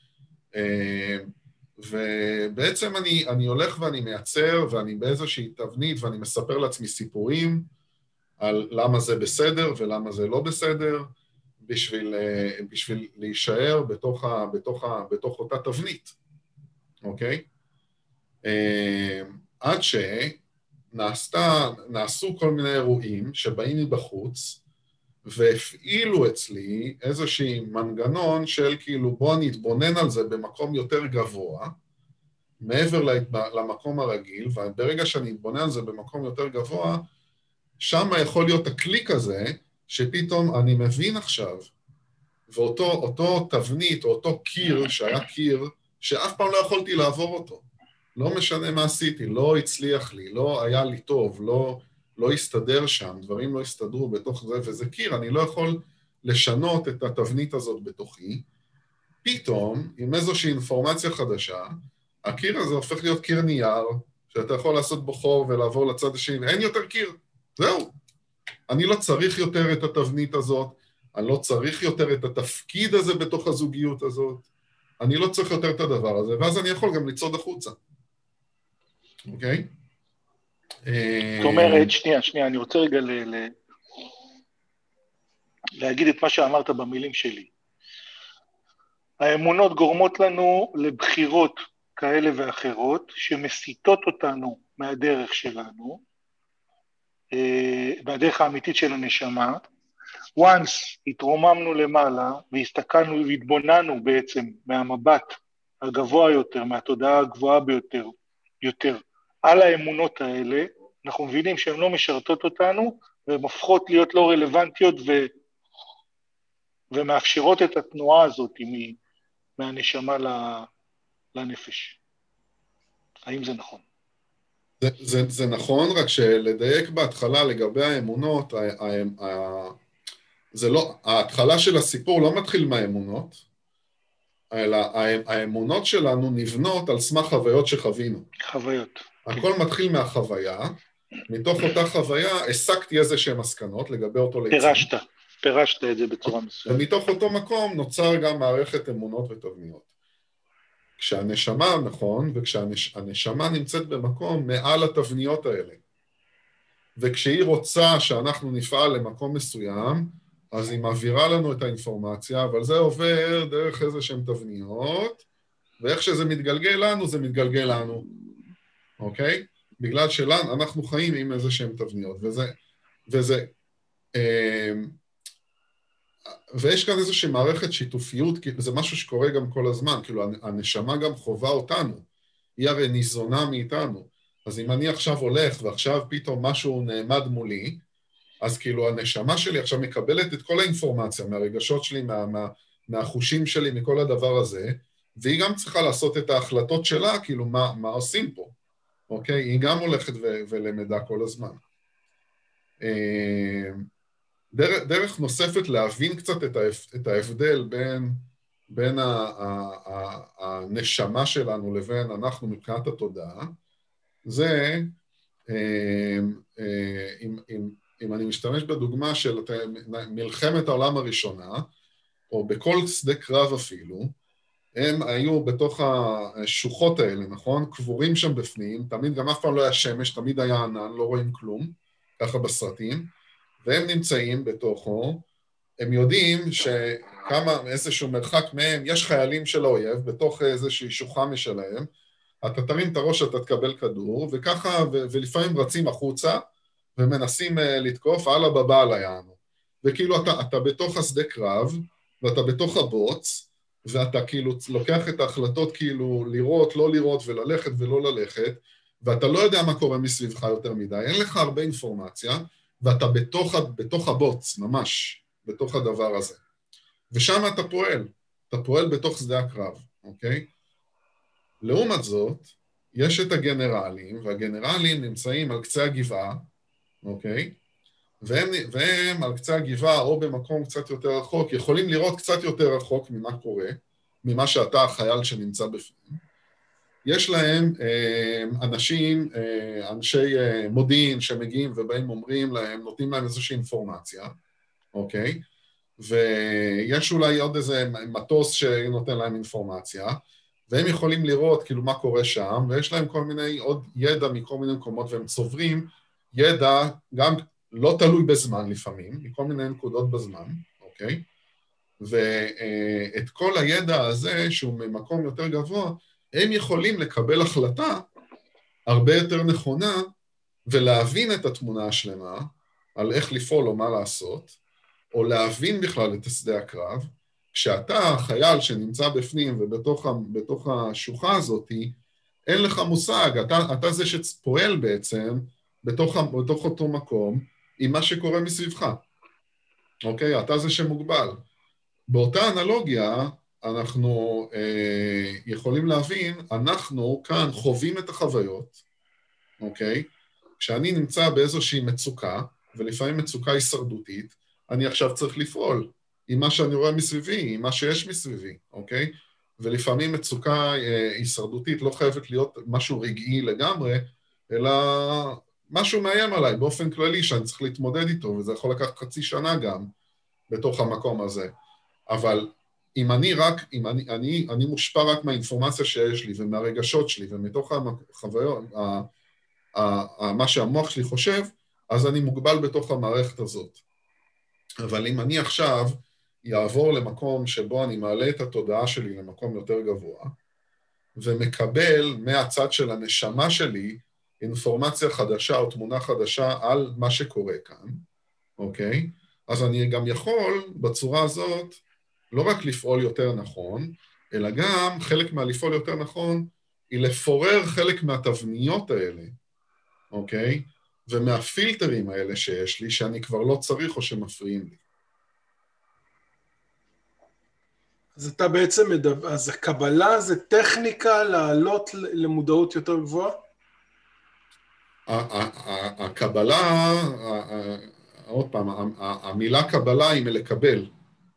A: ובעצם אני הולך ואני מייצר, ואני באיזושהי תבנית, ואני מספר לעצמי סיפורים על למה זה בסדר ולמה זה לא בסדר, בשביל להישאר בתוך אותה תבנית, אוקיי? עד נעשו כל מיני אירועים שבאים מבחוץ, והפעילו אצלי איזושהי מנגנון של כאילו בוא נתבונן על זה במקום יותר גבוה, מעבר למקום הרגיל, וברגע שאני אתבונן על זה במקום יותר גבוה, שם יכול להיות הקליק הזה, שפתאום אני מבין עכשיו, ואותו תבנית, או אותו קיר, שהיה קיר, שאף פעם לא יכולתי לעבור אותו. לא משנה מה עשיתי, לא הצליח לי, לא היה לי טוב, לא הסתדר שם, דברים לא הסתדרו בתוך זה, וזה קיר, אני לא יכול לשנות את התבנית הזאת בתוכי. פתאום, עם איזושהי אינפורמציה חדשה, הקיר הזה הופך להיות קיר נייר, שאתה יכול לעשות בו חור ולעבור לצד השני, ואין יותר קיר. זהו. אני לא צריך יותר את התבנית הזאת, אני לא צריך יותר את התפקיד הזה בתוך הזוגיות הזאת, אני לא צריך יותר את הדבר הזה, ואז אני יכול גם לצעוד החוצה. אוקיי?
C: זאת אומרת, שנייה, אני רוצה רגע להגיד את מה שאמרת במילים שלי. האמונות גורמות לנו לבחירות כאלה ואחרות, שמסיטות אותנו מהדרך שלנו, מהדרך האמיתית של הנשמה. once התרוממנו למעלה, והסתכלנו והתבוננו בעצם מהמבט הגבוה יותר, מהתודעה הגבוהה יותר, על האמונות האלה, אנחנו מבינים שהן לא משרתות אותנו, והן הופכות להיות לא רלוונטיות ומאפשרות את התנועה הזאת מהנשמה לנפש. האם זה נכון?
A: זה נכון, רק שלדייק בהתחלה לגבי האמונות, ההתחלה של הסיפור לא מתחיל מהאמונות, אלא האמונות שלנו נבנות על סמך חוויות שחווינו.
C: חוויות.
A: הכל מתחיל מהחוויה, מתוך אותה חוויה הסקתי איזה שהן מסקנות לגבי אותו ליצן.
C: פירשת את זה בצורה מסוימת.
A: ומתוך אותו מקום נוצר גם מערכת אמונות ותבניות. כשהנשמה, נכון, וכשהנשמה נמצאת במקום מעל התבניות האלה, וכשהיא רוצה שאנחנו נפעל למקום מסוים, אז היא מעבירה לנו את האינפורמציה, אבל זה עובר דרך איזה שהן תבניות, ואיך שזה מתגלגל לנו, זה מתגלגל לנו. אוקיי? בגלל שאנחנו חיים עם איזה שהן תבניות, ויש כאן איזושהי מערכת שיתופיות, זה משהו שקורה גם כל הזמן, כאילו הנשמה גם חובה אותנו, היא הרי ניזונה מאיתנו, אז אם אני עכשיו הולך ועכשיו פתאום משהו נעמד מולי, אז כאילו הנשמה שלי עכשיו מקבלת את כל האינפורמציה, מהרגשות שלי, מהחושים שלי, מכל הדבר הזה, והיא גם צריכה לעשות את ההחלטות שלה, כאילו מה עושים פה, אוקיי? היא גם הולכת ולמדה כל הזמן. דרך נוספת להבין קצת את ההבדל בין הנשמה שלנו לבין אנחנו מבחינת התודעה, זה, אם אני משתמש בדוגמה של מלחמת העולם הראשונה, או בכל שדה קרב אפילו, הם היו בתוך השוחות האלה, נכון? קבורים שם בפנים, תמיד גם אף פעם לא היה שמש, תמיד היה ענן, לא רואים כלום, ככה בסרטים, והם נמצאים בתוכו, הם יודעים שכמה, איזשהו מרחק מהם, יש חיילים של האויב, בתוך איזושהי שוחה משלהם, אתה תרים את הראש, אתה תקבל כדור, וככה, ולפעמים רצים החוצה, ומנסים לתקוף, הלאה בבעל היענו. וכאילו אתה בתוך השדה קרב, ואתה בתוך הבוץ, ואתה כאילו לוקח את ההחלטות כאילו לראות, לא לראות, וללכת ולא ללכת, ואתה לא יודע מה קורה מסביבך יותר מדי, אין לך הרבה אינפורמציה, ואתה בתוך הבוץ, ממש, בתוך הדבר הזה. ושם אתה פועל בתוך שדה הקרב, אוקיי? לעומת זאת, יש את הגנרלים, והגנרלים נמצאים על קצה הגבעה, אוקיי? והם על קצה הגבעה או במקום קצת יותר רחוק, יכולים לראות קצת יותר רחוק ממה קורה, ממה שאתה החייל שנמצא בפנים. יש להם אנשי מודיעין שמגיעים ובאים אומרים להם, נותנים להם איזושהי אינפורמציה, אוקיי? ויש אולי עוד איזה מטוס שנותן להם אינפורמציה, והם יכולים לראות כאילו מה קורה שם, ויש להם כל מיני עוד ידע מכל מיני מקומות, והם צוברים ידע גם לא תלוי בזמן לפעמים, מכל מיני נקודות בזמן, אוקיי? ואת כל הידע הזה, שהוא ממקום יותר גבוה, הם יכולים לקבל החלטה הרבה יותר נכונה, ולהבין את התמונה השלמה, על איך לפעול או מה לעשות, או להבין בכלל את שדה הקרב, כשאתה חייל שנמצא בפנים ובתוך השוחה הזאת, אין לך מושג, אתה זה שפועל בעצם בתוך אותו מקום עם מה שקורה מסביבך, אוקיי? אתה זה שמוגבל. באותה אנלוגיה אנחנו יכולים להבין, אנחנו כאן חווים את החוויות, אוקיי? כשאני נמצא באיזושהי מצוקה, ולפעמים מצוקה הישרדותית, אני עכשיו צריך לפעול עם מה שאני רואה מסביבי, עם מה שיש מסביבי, אוקיי? ולפעמים מצוקה הישרדותית לא חייבת להיות משהו רגעי לגמרי, אלא משהו מאיים עליי באופן כללי שאני צריך להתמודד איתו, וזה יכול לקחת חצי שנה גם בתוך המקום הזה. אבל אם אני מושפע רק מהאינפורמציה שיש לי ומהרגשות שלי ומתוך החוויות, מה שהמוח שלי חושב, אז אני מוגבל בתוך המערכת הזאת. אבל אם אני עכשיו יעבור למקום שבו אני מעלה את התודעה שלי למקום יותר גבוה, ומקבל מהצד של הנשמה שלי אינפורמציה חדשה או תמונה חדשה על מה שקורה כאן, אוקיי? אז אני גם יכול בצורה הזאת לא רק לפעול יותר נכון, אלא גם חלק מהלפעול יותר נכון היא לפורר חלק מהתבניות האלה, אוקיי? ומהפילטרים האלה שיש לי, שאני כבר לא צריך או שמפריעים לי.
B: אז אתה בעצם אז הקבלה זה טכניקה לעלות למודעות יותר גבוהה?
A: הקבלה, עוד פעם, המילה קבלה היא מלקבל.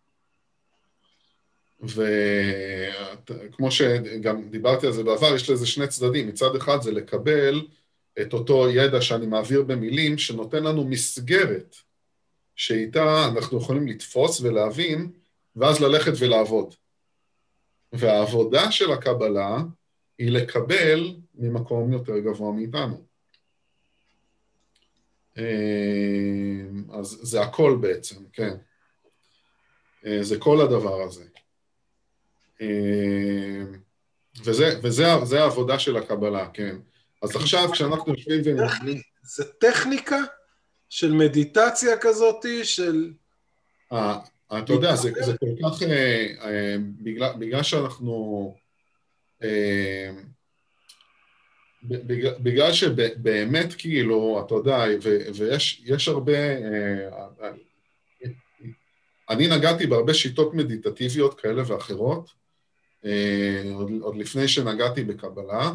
A: וכמו שגם דיברתי על זה בעבר, יש לזה שני צדדים. מצד אחד זה לקבל את אותו ידע שאני מעביר במילים, שנותן לנו מסגרת, שאיתה אנחנו יכולים לתפוס ולהבין, ואז ללכת ולעבוד. והעבודה של הקבלה היא לקבל ממקום יותר גבוה מאיתנו. אז זה הכל בעצם, כן. זה כל הדבר הזה. וזה העבודה של הקבלה, כן. אז עכשיו כשאנחנו יושבים ומדברים...
B: זה טכניקה של מדיטציה כזאת, של...
A: אתה יודע, זה כל כך... בגלל שאנחנו... בגלל שבאמת כאילו, אתה יודע, ויש הרבה, אני נגעתי בהרבה שיטות מדיטטיביות כאלה ואחרות, עוד לפני שנגעתי בקבלה,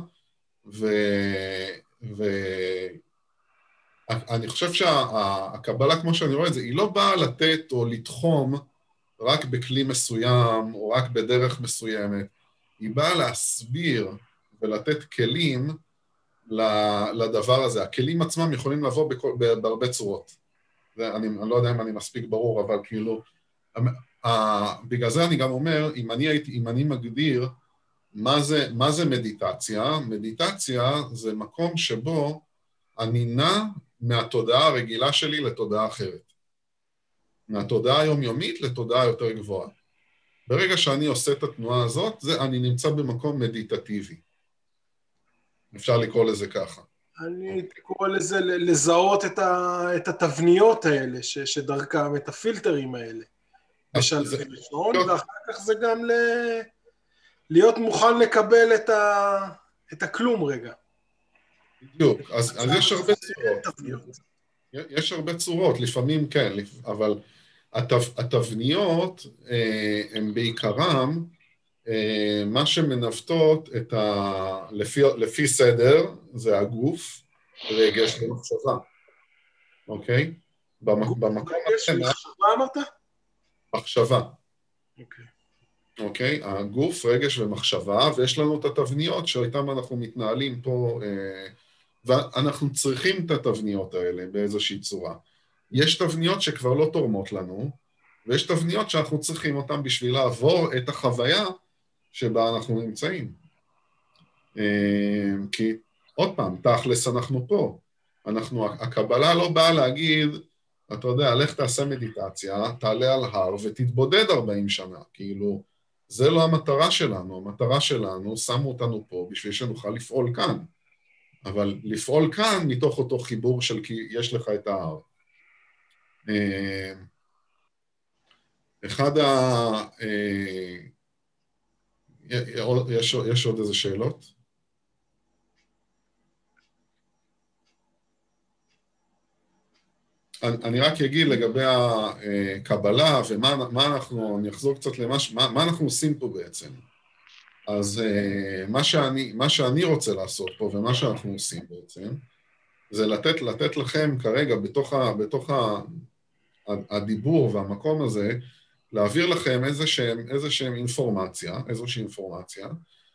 A: ואני חושב שהקבלה, כמו שאני רואה את זה, היא לא באה לתת או לתחום רק בכלי מסוים, או רק בדרך מסוימת, היא באה להסביר ולתת כלים לדבר הזה. הכלים עצמם יכולים לבוא בהרבה צורות. אני לא יודע אם אני מספיק ברור, אבל כאילו, בגלל זה אני גם אומר, אם אני מגדיר מה זה מדיטציה, מדיטציה זה מקום שבו אני נע מהתודעה הרגילה שלי לתודעה אחרת. מהתודעה היומיומית לתודעה יותר גבוהה. ברגע שאני עושה את התנועה הזאת, אני נמצא במקום מדיטטיבי. אפשר לקרוא לזה ככה.
B: אני קורא לזה לזהות את התבניות האלה, שדרכם, את הפילטרים האלה. בשלבי ראשון, ואחר כך זה גם להיות מוכן לקבל את הכלום רגע.
A: בדיוק, אז יש הרבה צורות. יש הרבה צורות, לפעמים כן, אבל התבניות הן בעיקרם מה שמנווטות לפי סדר, זה הגוף, רגש ומחשבה, אוקיי?
B: רגש ומחשבה אמרת?
A: מחשבה.
B: אוקיי.
A: אוקיי? הגוף, רגש ומחשבה, ויש לנו את התבניות שאיתן אנחנו מתנהלים פה, ואנחנו צריכים את התבניות האלה באיזושהי צורה. יש תבניות שכבר לא תורמות לנו, ויש תבניות שאנחנו צריכים אותן בשביל לעבור את החוויה שבה אנחנו נמצאים. כי עוד פעם, תכלס אנחנו פה. הקבלה לא באה להגיד, אתה יודע, לך תעשה מדיטציה, תעלה על הר ותתבודד 40 שנה. כאילו, זה לא המטרה שלנו. המטרה שלנו, שמו אותנו פה בשביל שנוכל לפעול כאן. אבל לפעול כאן מתוך אותו חיבור של כי יש לך את ההר. יש עוד איזה שאלות? אני רק אגיד לגבי הקבלה ומה אנחנו, אני אחזור קצת מה אנחנו עושים פה בעצם. אז מה שאני רוצה לעשות פה ומה שאנחנו עושים בעצם, זה לתת לכם כרגע בתוך הדיבור והמקום הזה, להעביר לכם איזושהי אינפורמציה,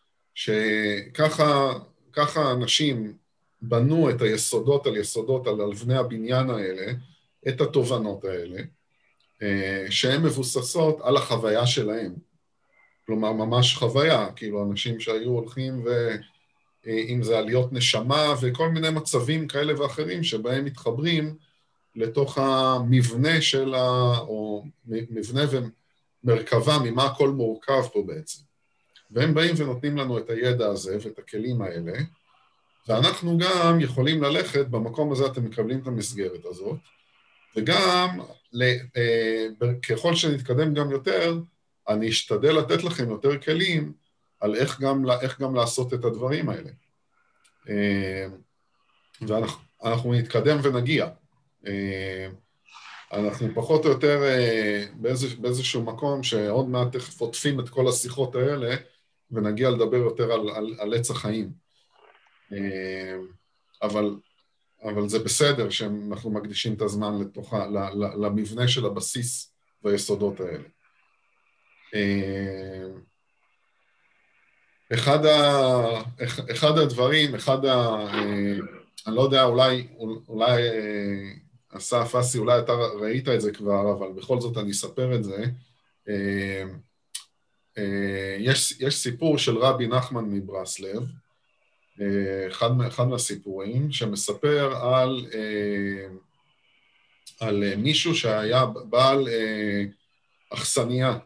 A: שככה אנשים בנו את היסודות על אבני הבניין האלה, את התובנות האלה, שהן מבוססות על החוויה שלהם. כלומר, ממש חוויה, כאילו אנשים שהיו הולכים אם זה עליות נשמה וכל מיני מצבים כאלה ואחרים שבהם מתחברים לתוך המבנה או מבנה ומרכבה, ממה הכל מורכב פה בעצם. והם באים ונותנים לנו את הידע הזה ואת הכלים האלה, ואנחנו גם יכולים ללכת, במקום הזה אתם מקבלים את המסגרת הזאת, וגם ככל שנתקדם גם יותר, אני אשתדל לתת לכם יותר כלים על איך גם לעשות את הדברים האלה. ואנחנו נתקדם ונגיע. אנחנו פחות או יותר באיזשהו מקום שעוד מעט חוטפים את כל השיחות האלה, ונגיע לדבר יותר על עץ החיים. אבל זה בסדר שאנחנו מקדישים את הזמן למבנה של הבסיס והיסודות האלה. אחד הדברים, אני לא יודע, אולי אסף אסי, אולי אתה ראית את זה כבר, אבל בכל זאת אני אספר את זה. יש סיפור של רבי נחמן מברסלב, אחד מהסיפורים, שמספר על מישהו שהיה בעל אכסניה,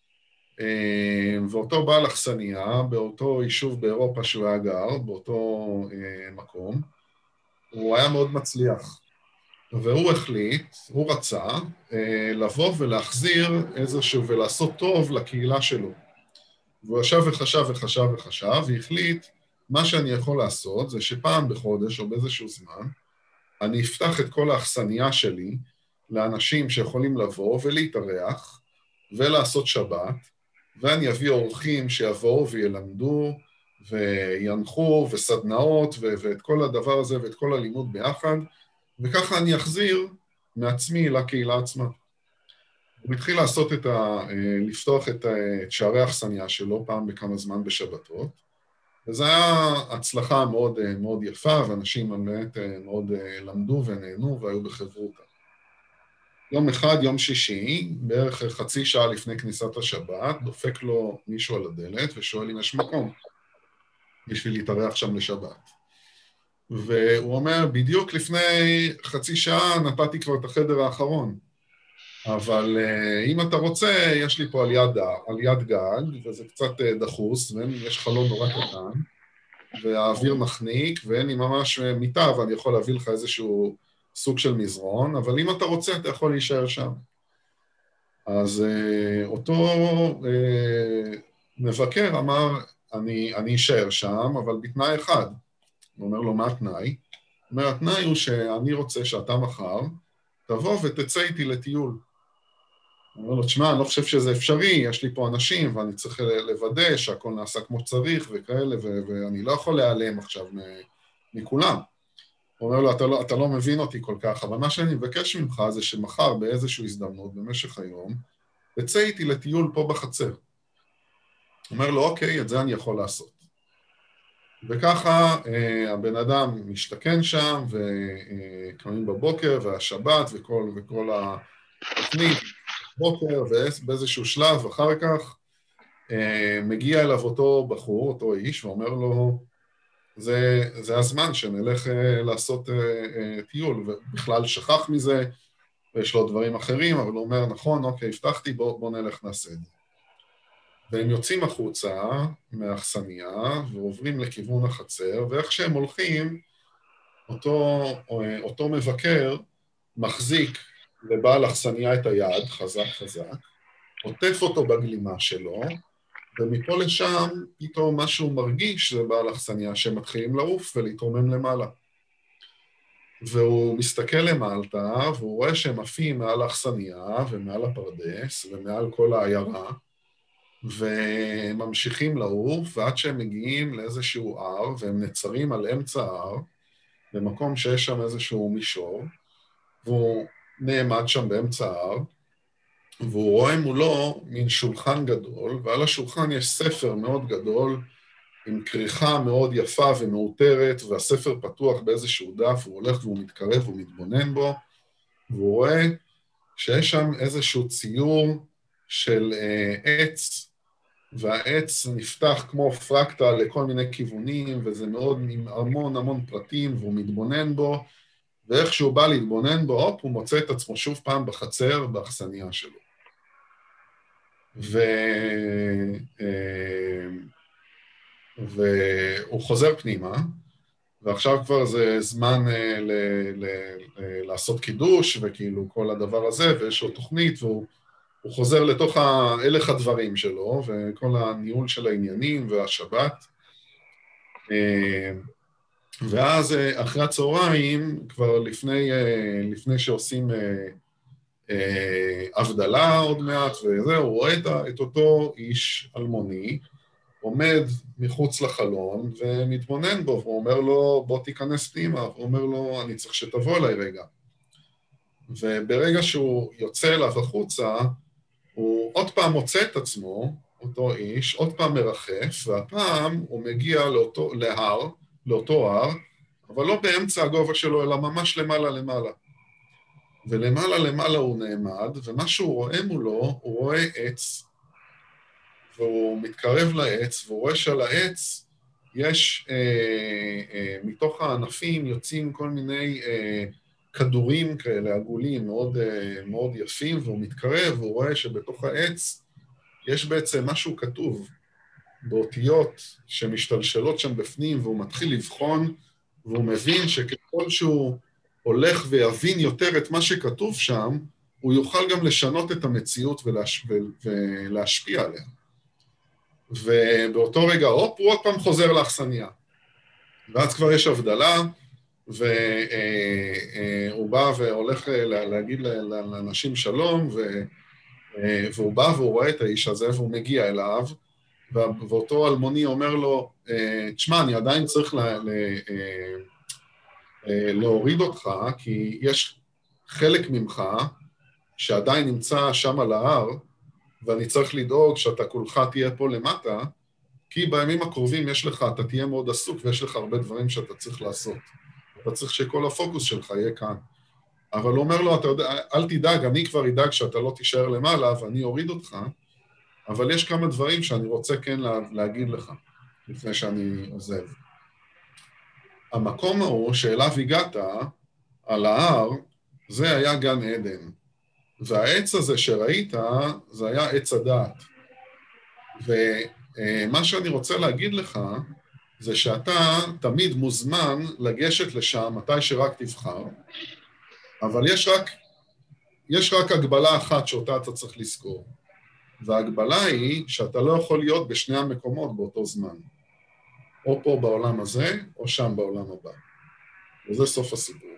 A: ואותו בעל אכסניה, באותו יישוב באירופה שהוא היה גר, באותו מקום, הוא היה מאוד מצליח. והוא החליט, הוא רצה, לבוא ולהחזיר איזשהו ולעשות טוב לקהילה שלו. והוא ישב וחשב, והחליט מה שאני יכול לעשות זה שפעם בחודש או באיזשהו זמן, אני אפתח את כל האכסניה שלי לאנשים שיכולים לבוא ולהתארח ולעשות שבת, ואני אביא אורחים שיבואו וילמדו וינחו וסדנאות ואת כל הדבר הזה ואת כל הלימוד ביחד, וככה אני אחזיר מעצמי לקהילה עצמה. הוא התחיל לעשות לפתוח את שערי האכסניה שלו פעם בכמה זמן בשבתות, וזו היה הצלחה מאוד, מאוד יפה, ואנשים באמת מאוד למדו ונהנו והיו בחברותה. יום אחד, יום שישי, בערך חצי שעה לפני כניסת השבת, דופק לו מישהו על הדלת ושואל אם יש מקום בשביל להתארח שם לשבת. והוא אומר, בדיוק לפני חצי שעה נתתי כבר את החדר האחרון, אבל אם אתה רוצה, יש לי פה על יד גג, וזה קצת דחוס, ויש חלון נורא קטן, והאוויר מחניק, ואין לי ממש מיטה, ואני יכול להביא לך איזשהו סוג של מזרון, אבל אם אתה רוצה, אתה יכול להישאר שם. אז אותו מבקר אמר, אני אשאר שם, אבל בתנאי אחד. הוא אומר לו, מה התנאי? הוא אומר, התנאי הוא שאני רוצה שאתה מחר, תבוא ותצא איתי לטיול. הוא אומר לו, תשמע, אני לא חושב שזה אפשרי, יש לי פה אנשים, ואני צריך לוודא שהכל נעשה כמו שצריך וכאלה, ואני לא יכול להיעלם עכשיו מכולם. הוא אומר לו, אתה לא מבין אותי כל כך, אבל מה שאני מבקש ממך זה שמחר באיזושהי הזדמנות, במשך היום, תצא איתי לטיול פה בחצר. הוא אומר לו, אוקיי, את זה אני יכול לעשות. וככה הבן אדם משתכן שם, וקמים בבוקר, והשבת, וכל התוכנית, בוקר, ובאיזשהו שלב אחר כך, מגיע אליו אותו בחור, אותו איש, ואומר לו, זה הזמן שנלך לעשות טיול, ובכלל שכח מזה, ויש לו דברים אחרים, אבל הוא אומר, נכון, אוקיי, הבטחתי, בוא נלך נעשה את זה. והם יוצאים החוצה מהאכסניה, ועוברים לכיוון החצר, ואיך שהם הולכים, אותו מבקר מחזיק לבעל אכסניה את היד, חזק, עוטף אותו בגלימה שלו, ומפה לשם פתאום משהו מרגיש לבעל אכסניה שמתחילים לעוף ולהתרומם למעלה. והוא מסתכל למעלתה, והוא רואה שהם עפים מעל האכסניה ומעל הפרדס ומעל כל העיירה, וממשיכים לעוף, ועד שהם מגיעים לאיזשהו הר, והם נצרים על אמצע ההר, במקום שיש שם איזשהו מישור, והוא נעמד שם באמצע ההר, והוא רואה מולו מין שולחן גדול, ועל השולחן יש ספר מאוד גדול, עם כריכה מאוד יפה ומאותרת, והספר פתוח באיזשהו דף, הוא הולך והוא מתקרב והוא מתבונן בו, והוא רואה שיש שם איזשהו ציור של עץ, והעץ נפתח כמו פרקטה לכל מיני כיוונים, וזה מאוד עם המון פרטים, והוא מתבונן בו, ואיך שהוא בא להתבונן בו, הוא מוצא את עצמו שוב פעם בחצר, באכסניה שלו. והוא חוזר פנימה, ועכשיו כבר זה זמן לעשות קידוש, וכאילו כל הדבר הזה, ויש לו תוכנית, והוא חוזר לתוך הלך הדברים שלו, וכל הניהול של העניינים והשבת. ואז אחרי הצהריים, כבר לפני שעושים הבדלה עוד מעט, וזהו, הוא רואה את אותו איש אלמוני, עומד מחוץ לחלון ומתבונן בו, והוא אומר לו, בוא תיכנס פנימה, הוא אומר לו, אני צריך שתבוא אליי רגע. וברגע שהוא יוצא אליו החוצה, הוא עוד פעם מוצא את עצמו, אותו איש, עוד פעם מרחף, והפעם הוא מגיע לאותו הר, אבל לא באמצע הגובה שלו, אלא ממש למעלה. ולמעלה הוא נעמד, ומה שהוא רואה מולו, הוא רואה עץ, והוא מתקרב לעץ, והוא רואה שעל העץ יש, מתוך הענפים יוצאים כל מיני כדורים כאלה, עגולים, מאוד יפים, והוא מתקרב, והוא רואה שבתוך העץ יש בעצם משהו כתוב, באותיות שמשתלשלות שם בפנים, והוא מתחיל לבחון, והוא מבין שככל שהוא הולך ויבין יותר את מה שכתוב שם, הוא יוכל גם לשנות את המציאות ולהשפיע עליה. ובאותו רגע, הוא עוד פעם חוזר לאכסניה. ואז כבר יש הבדלה, והוא בא והולך להגיד לאנשים שלום, והוא בא והוא רואה את האיש הזה, והוא מגיע אליו, ואותו אלמוני אומר לו, תשמע, אני עדיין צריך להוריד אותך, כי יש חלק ממך שעדיין נמצא שם על ההר, ואני צריך לדאוג שאתה כולך תהיה פה למטה, כי בימים הקרובים יש לך, אתה תהיה מאוד עסוק, ויש לך הרבה דברים שאתה צריך לעשות. אתה צריך שכל הפוקוס שלך יהיה כאן. אבל הוא אומר לו, אתה יודע, אל תדאג, אני כבר אדאג שאתה לא תישאר למעלה, ואני אוריד אותך, אבל יש כמה דברים שאני רוצה כן להגיד לך, לפני שאני עוזב. המקום ההוא שאליו הגעת, על ההר, זה היה גן עדן. והעץ הזה שראית, זה היה עץ הדעת. ומה שאני רוצה להגיד לך, זה שאתה תמיד מוזמן לגשת לשם, מתי שרק תבחר, אבל יש רק הגבלה אחת שאותה אתה צריך לזכור. וההגבלה היא שאתה לא יכול להיות בשני המקומות באותו זמן. או פה בעולם הזה, או שם בעולם הבא. וזה סוף הסיפור.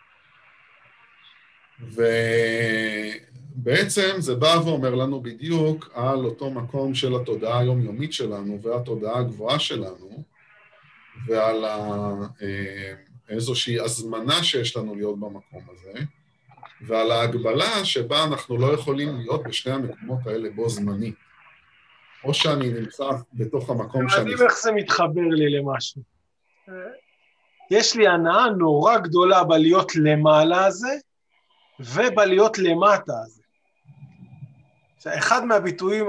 A: ובעצם זה בא ואומר לנו בדיוק על אותו מקום של התודעה היומיומית שלנו, והתודעה הגבוהה שלנו, ועל איזושהי הזמנה שיש לנו להיות במקום הזה, ועל ההגבלה שבה אנחנו לא יכולים להיות בשני המקומות האלה בו זמני. או שאני נמצא בתוך המקום שאני...
B: מדהים איך זה מתחבר לי למשהו. יש לי הנאה נורא גדולה בלהיות למעלה הזה, ובלהיות למטה הזה. אחד מהביטויים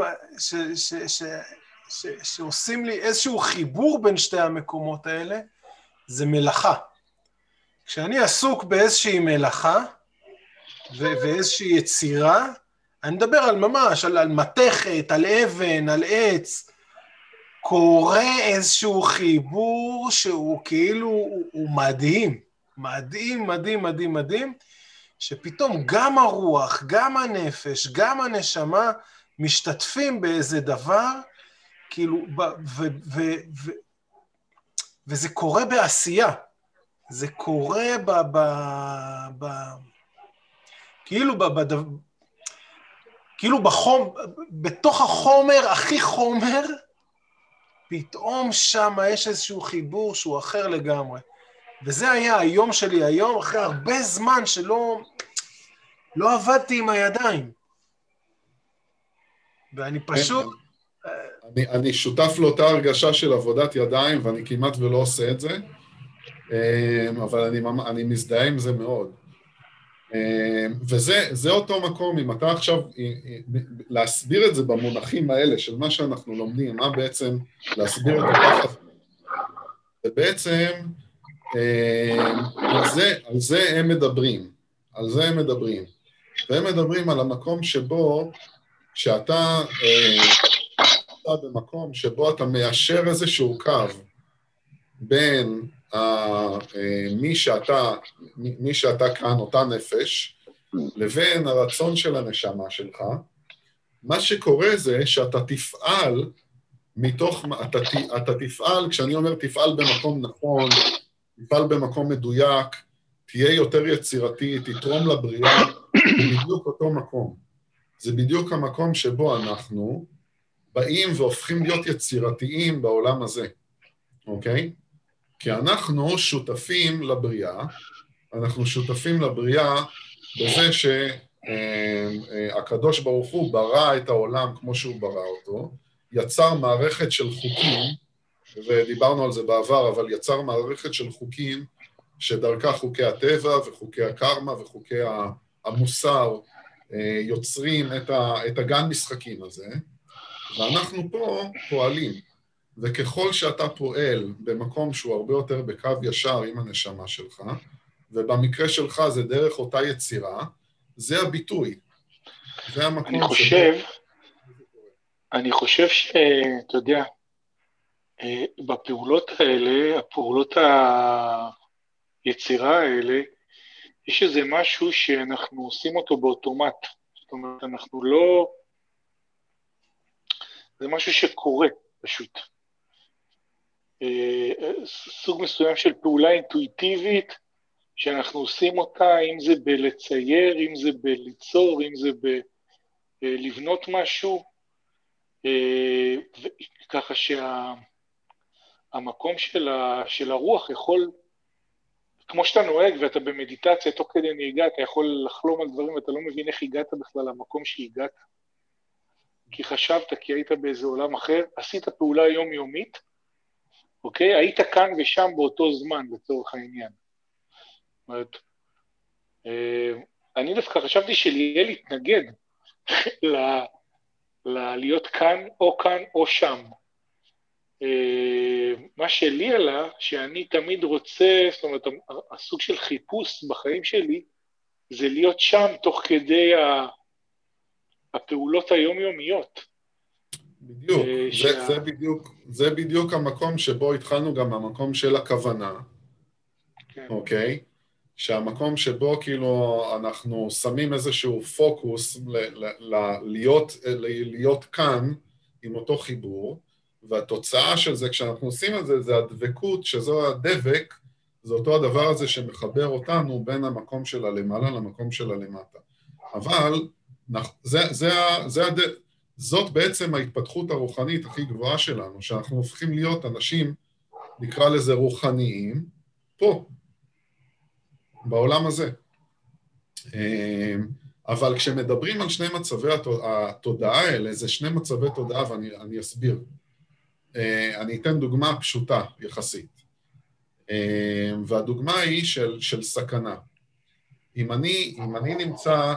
B: שעושים לי איזשהו חיבור בין שתי המקומות האלה, זה מלאכה. כשאני עסוק באיזושהי מלאכה, ואיזושהי יצירה, אני מדבר על ממש, על מתכת, על אבן, על עץ, קורה איזשהו חיבור שהוא כאילו, הוא מדהים, מדהים, מדהים, מדהים, מדהים, שפתאום גם הרוח, גם הנפש, גם הנשמה, משתתפים באיזה דבר, כאילו, וזה קורה בעשייה, זה קורה כאילו בתוך החומר, הכי חומר, פתאום שם יש איזשהו חיבור שהוא אחר לגמרי. וזה היה היום שלי היום, אחרי הרבה זמן שלא עבדתי עם הידיים. ואני פשוט...
A: אני שותף לאותה הרגשה של עבודת ידיים, ואני כמעט ולא עושה את זה, אבל אני מזדהה עם זה מאוד. וזה אותו מקום, אם אתה עכשיו, להסביר את זה במונחים האלה, של מה שאנחנו לומדים, מה בעצם להסביר את הפחד, ובעצם, על זה הם מדברים, והם מדברים על המקום שבו, שאתה במקום שבו אתה מיישר איזשהו קו, בין מי שאתה כאן, אותה נפש, לבין הרצון של הנשמה שלך. מה שקורה זה שאתה תפעל אתה תפעל, כשאני אומר תפעל במקום נכון, תפעל במקום מדויק, תהיה יותר יצירתי, תתרום לבריאה, זה בדיוק אותו מקום. זה בדיוק המקום שבו אנחנו באים והופכים להיות יצירתיים בעולם הזה, אוקיי? כי אנחנו שותפים לבריאה, בזה שהקדוש ברוך הוא ברא את העולם כמו שהוא ברא אותו, יצר מערכת של חוקים, ודיברנו על זה בעבר, אבל יצר מערכת של חוקים, שדרכה חוקי הטבע וחוקי הקרמה וחוקי המוסר, יוצרים את הגן משחקים הזה, ואנחנו פה פועלים. וככל שאתה פועל במקום שהוא הרבה יותר בקו ישר עם הנשמה שלך, ובמקרה שלך זה דרך אותה יצירה, זה הביטוי. זה המקום
C: אני חושב שאתה יודע, בפעולות האלה, הפעולות היצירה האלה, יש איזה משהו שאנחנו עושים אותו באוטומט. זאת אומרת, אנחנו לא... זה משהו שקורה פשוט. סוג מסוים של פעולה אינטואיטיבית, שאנחנו עושים אותה, אם זה בלצייר, אם זה בליצור, אם זה בלבנות משהו, ככה שהמקום של הרוח יכול, כמו שאתה נוהג ואתה במדיטציה תוך כדי נהיגה, אתה יכול לחלום על דברים ואתה לא מבין איך הגעת בכלל למקום שהגעת, כי חשבת, כי היית באיזה עולם אחר, עשית פעולה יומיומית, אוקיי? היית כאן ושם באותו זמן, לצורך העניין. זאת אומרת, אני דווקא חשבתי שליאל יתנגד להיות כאן או שם. מה שלי עלה, שאני תמיד רוצה, זאת אומרת, הסוג של חיפוש בחיים שלי, זה להיות שם תוך כדי הפעולות היומיומיות.
A: בדיוק, זה בדיוק המקום שבו התחלנו גם המקום של הכוונה,
C: כן.
A: אוקיי? שהמקום שבו כאילו אנחנו שמים איזשהו פוקוס להיות כאן עם אותו חיבור, והתוצאה של זה, כשאנחנו עושים את זה, זה הדבקות, שזו הדבק, זה אותו הדבר הזה שמחבר אותנו בין המקום של הלמעלה למקום של הלמטה. אבל זאת בעצם ההתפתחות הרוחנית הכי גבוהה שלנו, שאנחנו הופכים להיות אנשים, נקרא לזה רוחניים, פה, בעולם הזה. אבל כשמדברים על שני מצבי התודעה האלה, זה שני מצבי תודעה, ואני אסביר. אני אתן דוגמה פשוטה יחסית. והדוגמה היא של סכנה. אם אני נמצא,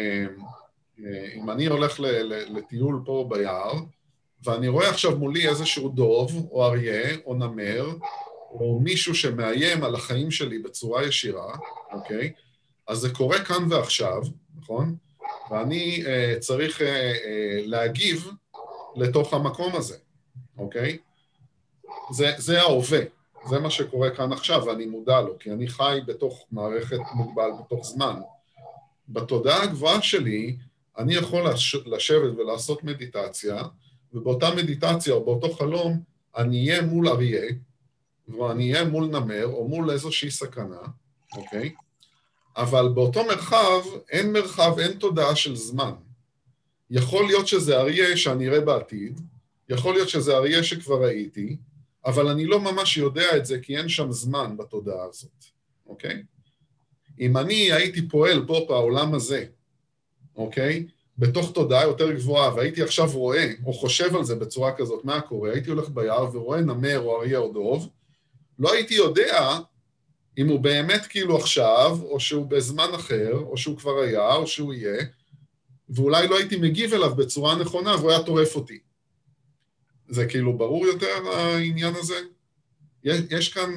A: אם אני הולך לטיול פה ביער, ואני רואה עכשיו מולי איזשהו דוב, או אריה, או נמר, או מישהו שמאיים על החיים שלי בצורה ישירה, אוקיי? אז זה קורה כאן ועכשיו, נכון? ואני צריך להגיב לתוך המקום הזה, אוקיי? זה ההווה, זה מה שקורה כאן עכשיו, ואני מודע לו, כי אני חי בתוך מערכת מוגבל, בתוך זמן. בתודעה הגבוהה שלי, אני יכול לשבת ולעשות מדיטציה, ובאותה מדיטציה או באותו חלום, אני אהיה מול אריה, ואני אהיה מול נמר או מול איזושהי סכנה, אוקיי? אבל באותו מרחב, אין תודעה של זמן. יכול להיות שזה אריה שאני אראה בעתיד, יכול להיות שזה אריה שכבר ראיתי, אבל אני לא ממש יודע את זה, כי אין שם זמן בתודעה הזאת, אוקיי? אם אני הייתי פועל פה בעולם הזה, אוקיי? בתוך תודעה יותר גבוהה, והייתי עכשיו רואה, או חושב על זה בצורה כזאת, מה קורה? הייתי הולך ביער ורואה נמר או אריה או דוב, לא הייתי יודע אם הוא באמת כאילו עכשיו, או שהוא בזמן אחר, או שהוא כבר היה, או שהוא יהיה, ואולי לא הייתי מגיב אליו בצורה נכונה, והוא היה טורף אותי. זה כאילו ברור יותר העניין הזה? יש כאן,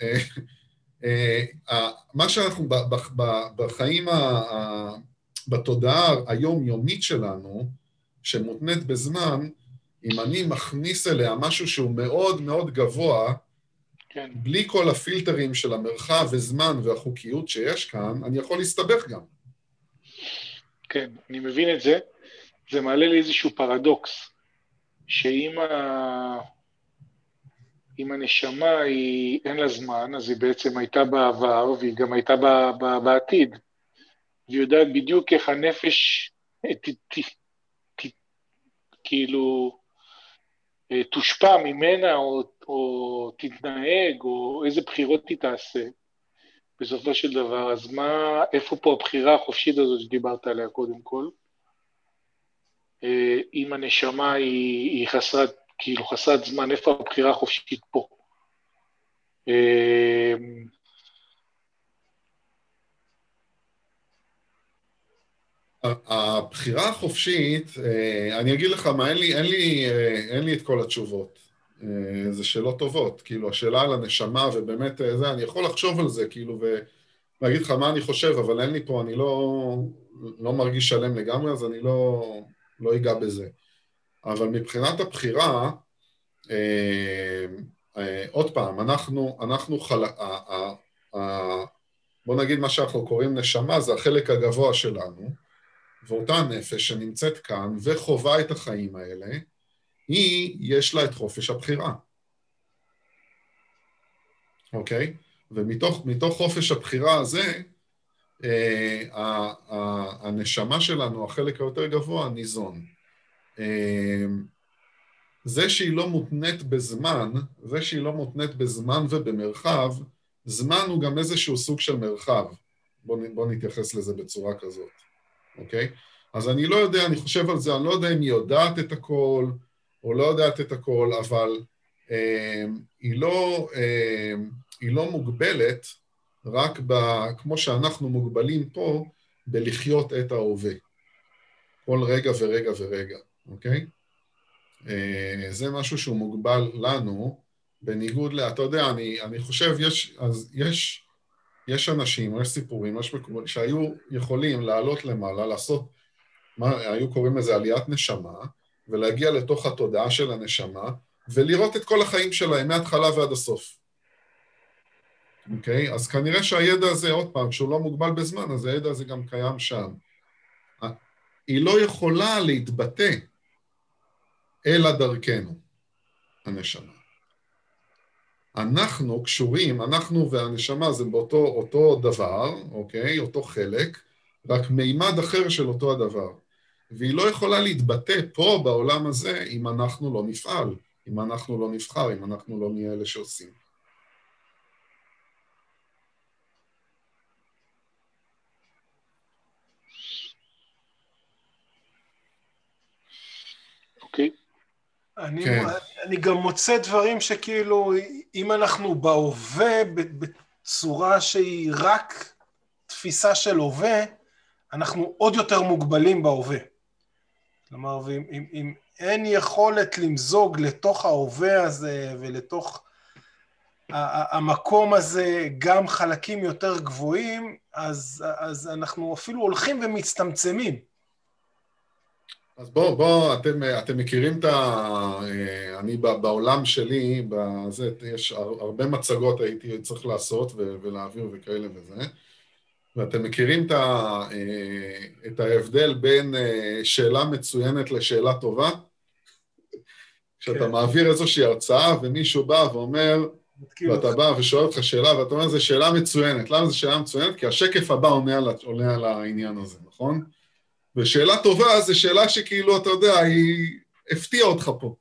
A: מה שאנחנו בחיים, בתודעה היומיומית שלנו, שמותנית בזמן, אם אני מכניס אליה משהו שהוא מאוד מאוד גבוה,
C: כן.
A: בלי כל הפילטרים של המרחב וזמן והחוקיות שיש כאן, אני יכול להסתבך גם.
C: כן, אני מבין את זה. זה מעלה לי איזשהו פרדוקס, שאם הנשמה אין לה זמן, אז היא בעצם הייתה בעבר, והיא גם הייתה בעתיד. והיא יודעת בדיוק איך הנפש כאילו תושפע ממנה, או תתנהג, או איזה בחירות היא תעשה, בסופו של דבר. אז איפה פה הבחירה החופשית הזאת שדיברת עליה קודם כל? אם הנשמה היא חסרת זמן, איפה הבחירה החופשית פה?
A: הבחירה החופשית, אני אגיד לך מה, אין לי את כל התשובות. זה שאלות טובות, כאילו השאלה על הנשמה ובאמת זה, אני יכול לחשוב על זה כאילו ולהגיד לך מה אני חושב, אבל אין לי פה, אני לא מרגיש שלם לגמרי, אז אני לא אגע בזה. אבל מבחינת הבחירה, עוד פעם, בוא נגיד מה שאנחנו קוראים נשמה, זה החלק הגבוה שלנו, ואותה נפש שנמצאת כאן וחובה את החיים האלה, יש לה את חופש הבחירה. אוקיי? ומתוך חופש הבחירה הזה, הנשמה שלנו, החלק היותר גבוה, ניזון. זה שהיא לא מותנית בזמן ובמרחב, זמן הוא גם איזשהו סוג של מרחב. בוא נתייחס לזה בצורה כזאת, אוקיי? אז אני לא יודע, אני חושב על זה, אני לא יודע אם היא יודעת את הכל, או לא יודעת את הכל, אבל היא לא מוגבלת רק כמו שאנחנו מוגבלים פה, בלחיות את ההווה. כל רגע ורגע ורגע, אוקיי? זה משהו שהוא מוגבל לנו, בניגוד אתה יודע, אני חושב, יש אנשים, יש סיפורים, יש מקומות שהיו יכולים לעלות למעלה, לעשות, היו קוראים לזה עליית נשמה, ולהגיע לתוך התודעה של הנשמה, ולראות את כל החיים שלהם, מההתחלה ועד הסוף. אוקיי? אז כנראה שהידע הזה, עוד פעם, כשהוא לא מוגבל בזמן, אז הידע הזה גם קיים שם. היא לא יכולה להתבטא אלא דרכנו, הנשמה. אנחנו קשורים, אנחנו והנשמה זה באותו דבר, אוקיי? אותו חלק, רק מימד אחר של אותו הדבר. והיא לא יכולה להתבטא פה בעולם הזה אם אנחנו לא נפעל, אם אנחנו לא נבחר, אם אנחנו לא נהיה אלה שעושים.
C: אוקיי.
B: אני גם מוצא דברים שכאילו, אם אנחנו בהווה בצורה שהיא רק תפיסה של הווה, אנחנו עוד יותר מוגבלים בהווה. כלומר, אם אין יכולת למזוג לתוך ההווה הזה ולתוך המקום הזה גם חלקים יותר גבוהים, אז אנחנו אפילו הולכים ומצטמצמים.
A: אז בוא, אתם מכירים אני בעולם שלי, יש הרבה מצגות הייתי צריך לעשות ולהעביר וכאלה וזה, ואתם מכירים את ההבדל בין שאלה מצוינת לשאלה טובה? כשאתה מעביר איזושהי הרצאה ומישהו בא ואומר, ואתה בא ושואל אותך שאלה, ואתה אומר, זו שאלה מצוינת. למה זו שאלה מצוינת? כי השקף הבא עונה על העניין הזה, נכון? ושאלה טובה זו שאלה שכאילו, אתה יודע, היא הפתיעה אותך פה.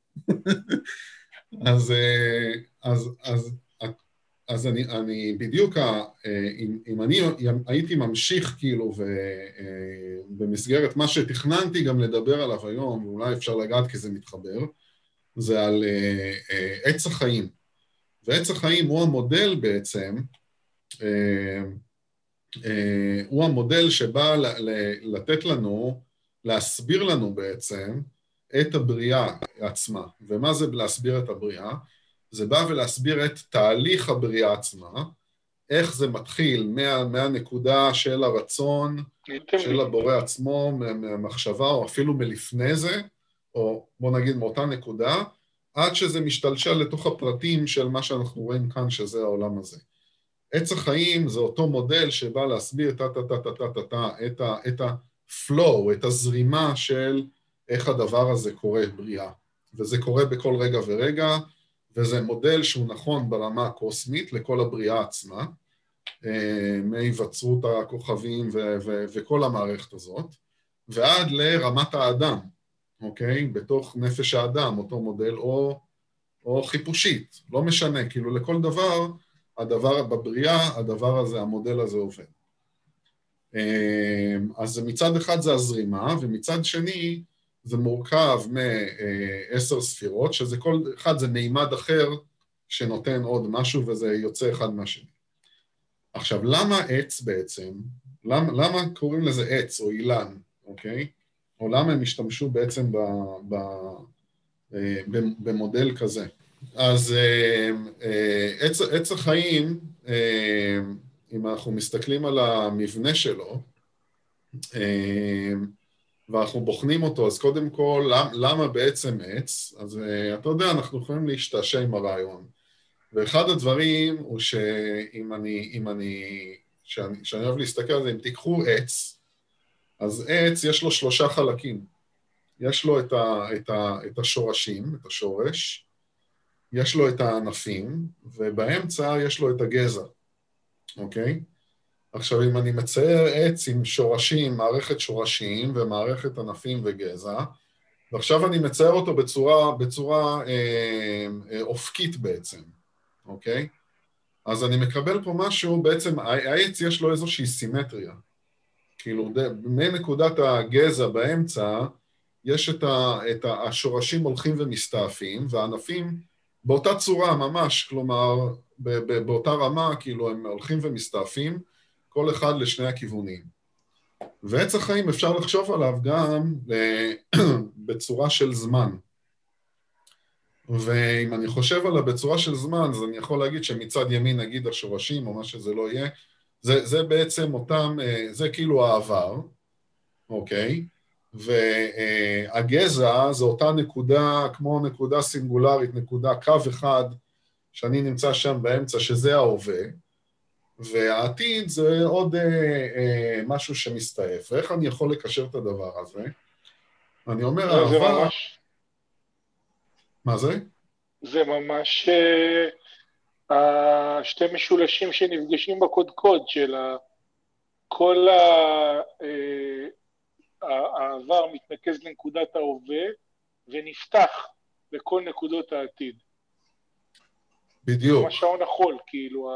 A: אז אני בדיוק, אם אני הייתי ממשיך כאילו, במסגרת מה שתכננתי גם לדבר עליו היום, ואולי אפשר לגעת כי זה מתחבר, זה על עץ החיים. ועץ החיים הוא המודל בעצם, הוא המודל שבא לתת לנו, להסביר לנו בעצם את הבריאה עצמה. ומה זה להסביר את הבריאה? זה בא ולהסביר את תהליך הבריאה עצמה, איך זה מתחיל מהנקודה של הרצון, של הבורא עצמו, מהמחשבה, או אפילו מלפני זה, או בוא נגיד מאותה נקודה, עד שזה משתלשל לתוך הפרטים של מה שאנחנו רואים כאן, שזה העולם הזה. עץ החיים זה אותו מודל שבא להסביר את ה-flow, את הזרימה של איך הדבר הזה קורה בריאה. וזה קורה בכל רגע ורגע, וזה מודל שהוא נכון ברמה הקוסמית לכל הבריאה עצמה, מהיווצרות הכוכבים וכל המערכת הזאת, ועד לרמת האדם, אוקיי? בתוך נפש האדם, אותו מודל, או חיפושית, לא משנה, כאילו לכל דבר בבריאה, הדבר הזה, המודל הזה עובד. אז מצד אחד זה הזרימה, ומצד שני זה מורכב מ10 ספירות, שזה כל אחד זה מימד אחר שנותן עוד משהו, וזה יוצא אחד מהשני. עכשיו, למה עץ בעצם? למה קוראים לזה עץ או אילן, אוקיי? או למה הם השתמשו בעצם במודל כזה? אז עץ החיים, אם אנחנו מסתכלים על המבנה שלו, ואנחנו בוחנים אותו, אז קודם כל, למה בעצם עץ? אז אתה יודע, אנחנו יכולים להשתעשע עם הרעיון. ואחד הדברים הוא שאני אוהב להסתכל על זה, אם תיקחו עץ, אז עץ יש לו 3 חלקים. יש לו את השורשים, את השורש, יש לו את הענפים, ובאמצע יש לו את הגזע, אוקיי? עכשיו, אם אני מצייר עץ עם שורשים, מערכת שורשים ומערכת ענפים וגזע, ועכשיו אני מצייר אותו בצורה אופקית בעצם, אוקיי? אז אני מקבל פה משהו, בעצם העץ יש לו איזושהי סימטריה. כאילו, מנקודת הגזע באמצע, יש את השורשים הולכים ומסתעפים, והענפים באותה צורה ממש, כלומר, באותה רמה, כאילו הם הולכים ומסתעפים, כל אחד לשני הכיוונים. ועץ החיים אפשר לחשוב עליו גם בצורה של זמן. ואם אני חושב עליו בצורה של זמן, אז אני יכול להגיד שמצד ימין נגיד השורשים, או מה שזה לא יהיה, זה בעצם אותם, זה כאילו העבר, אוקיי? והגזע זה אותה נקודה, כמו נקודה סינגולרית, נקודה קו אחד, שאני נמצא שם באמצע, שזה ההווה, והעתיד זה עוד משהו שמסתעף. ואיך אני יכול לקשר את הדבר הזה? אני אומר, העבר... מה זה?
C: זה ממש שתי משולשים שנפגשים בקודקוד של כל העבר מתנקז לנקודת ההווה ונפתח לכל נקודות העתיד.
A: בדיוק.
C: ממש שעון החול, כאילו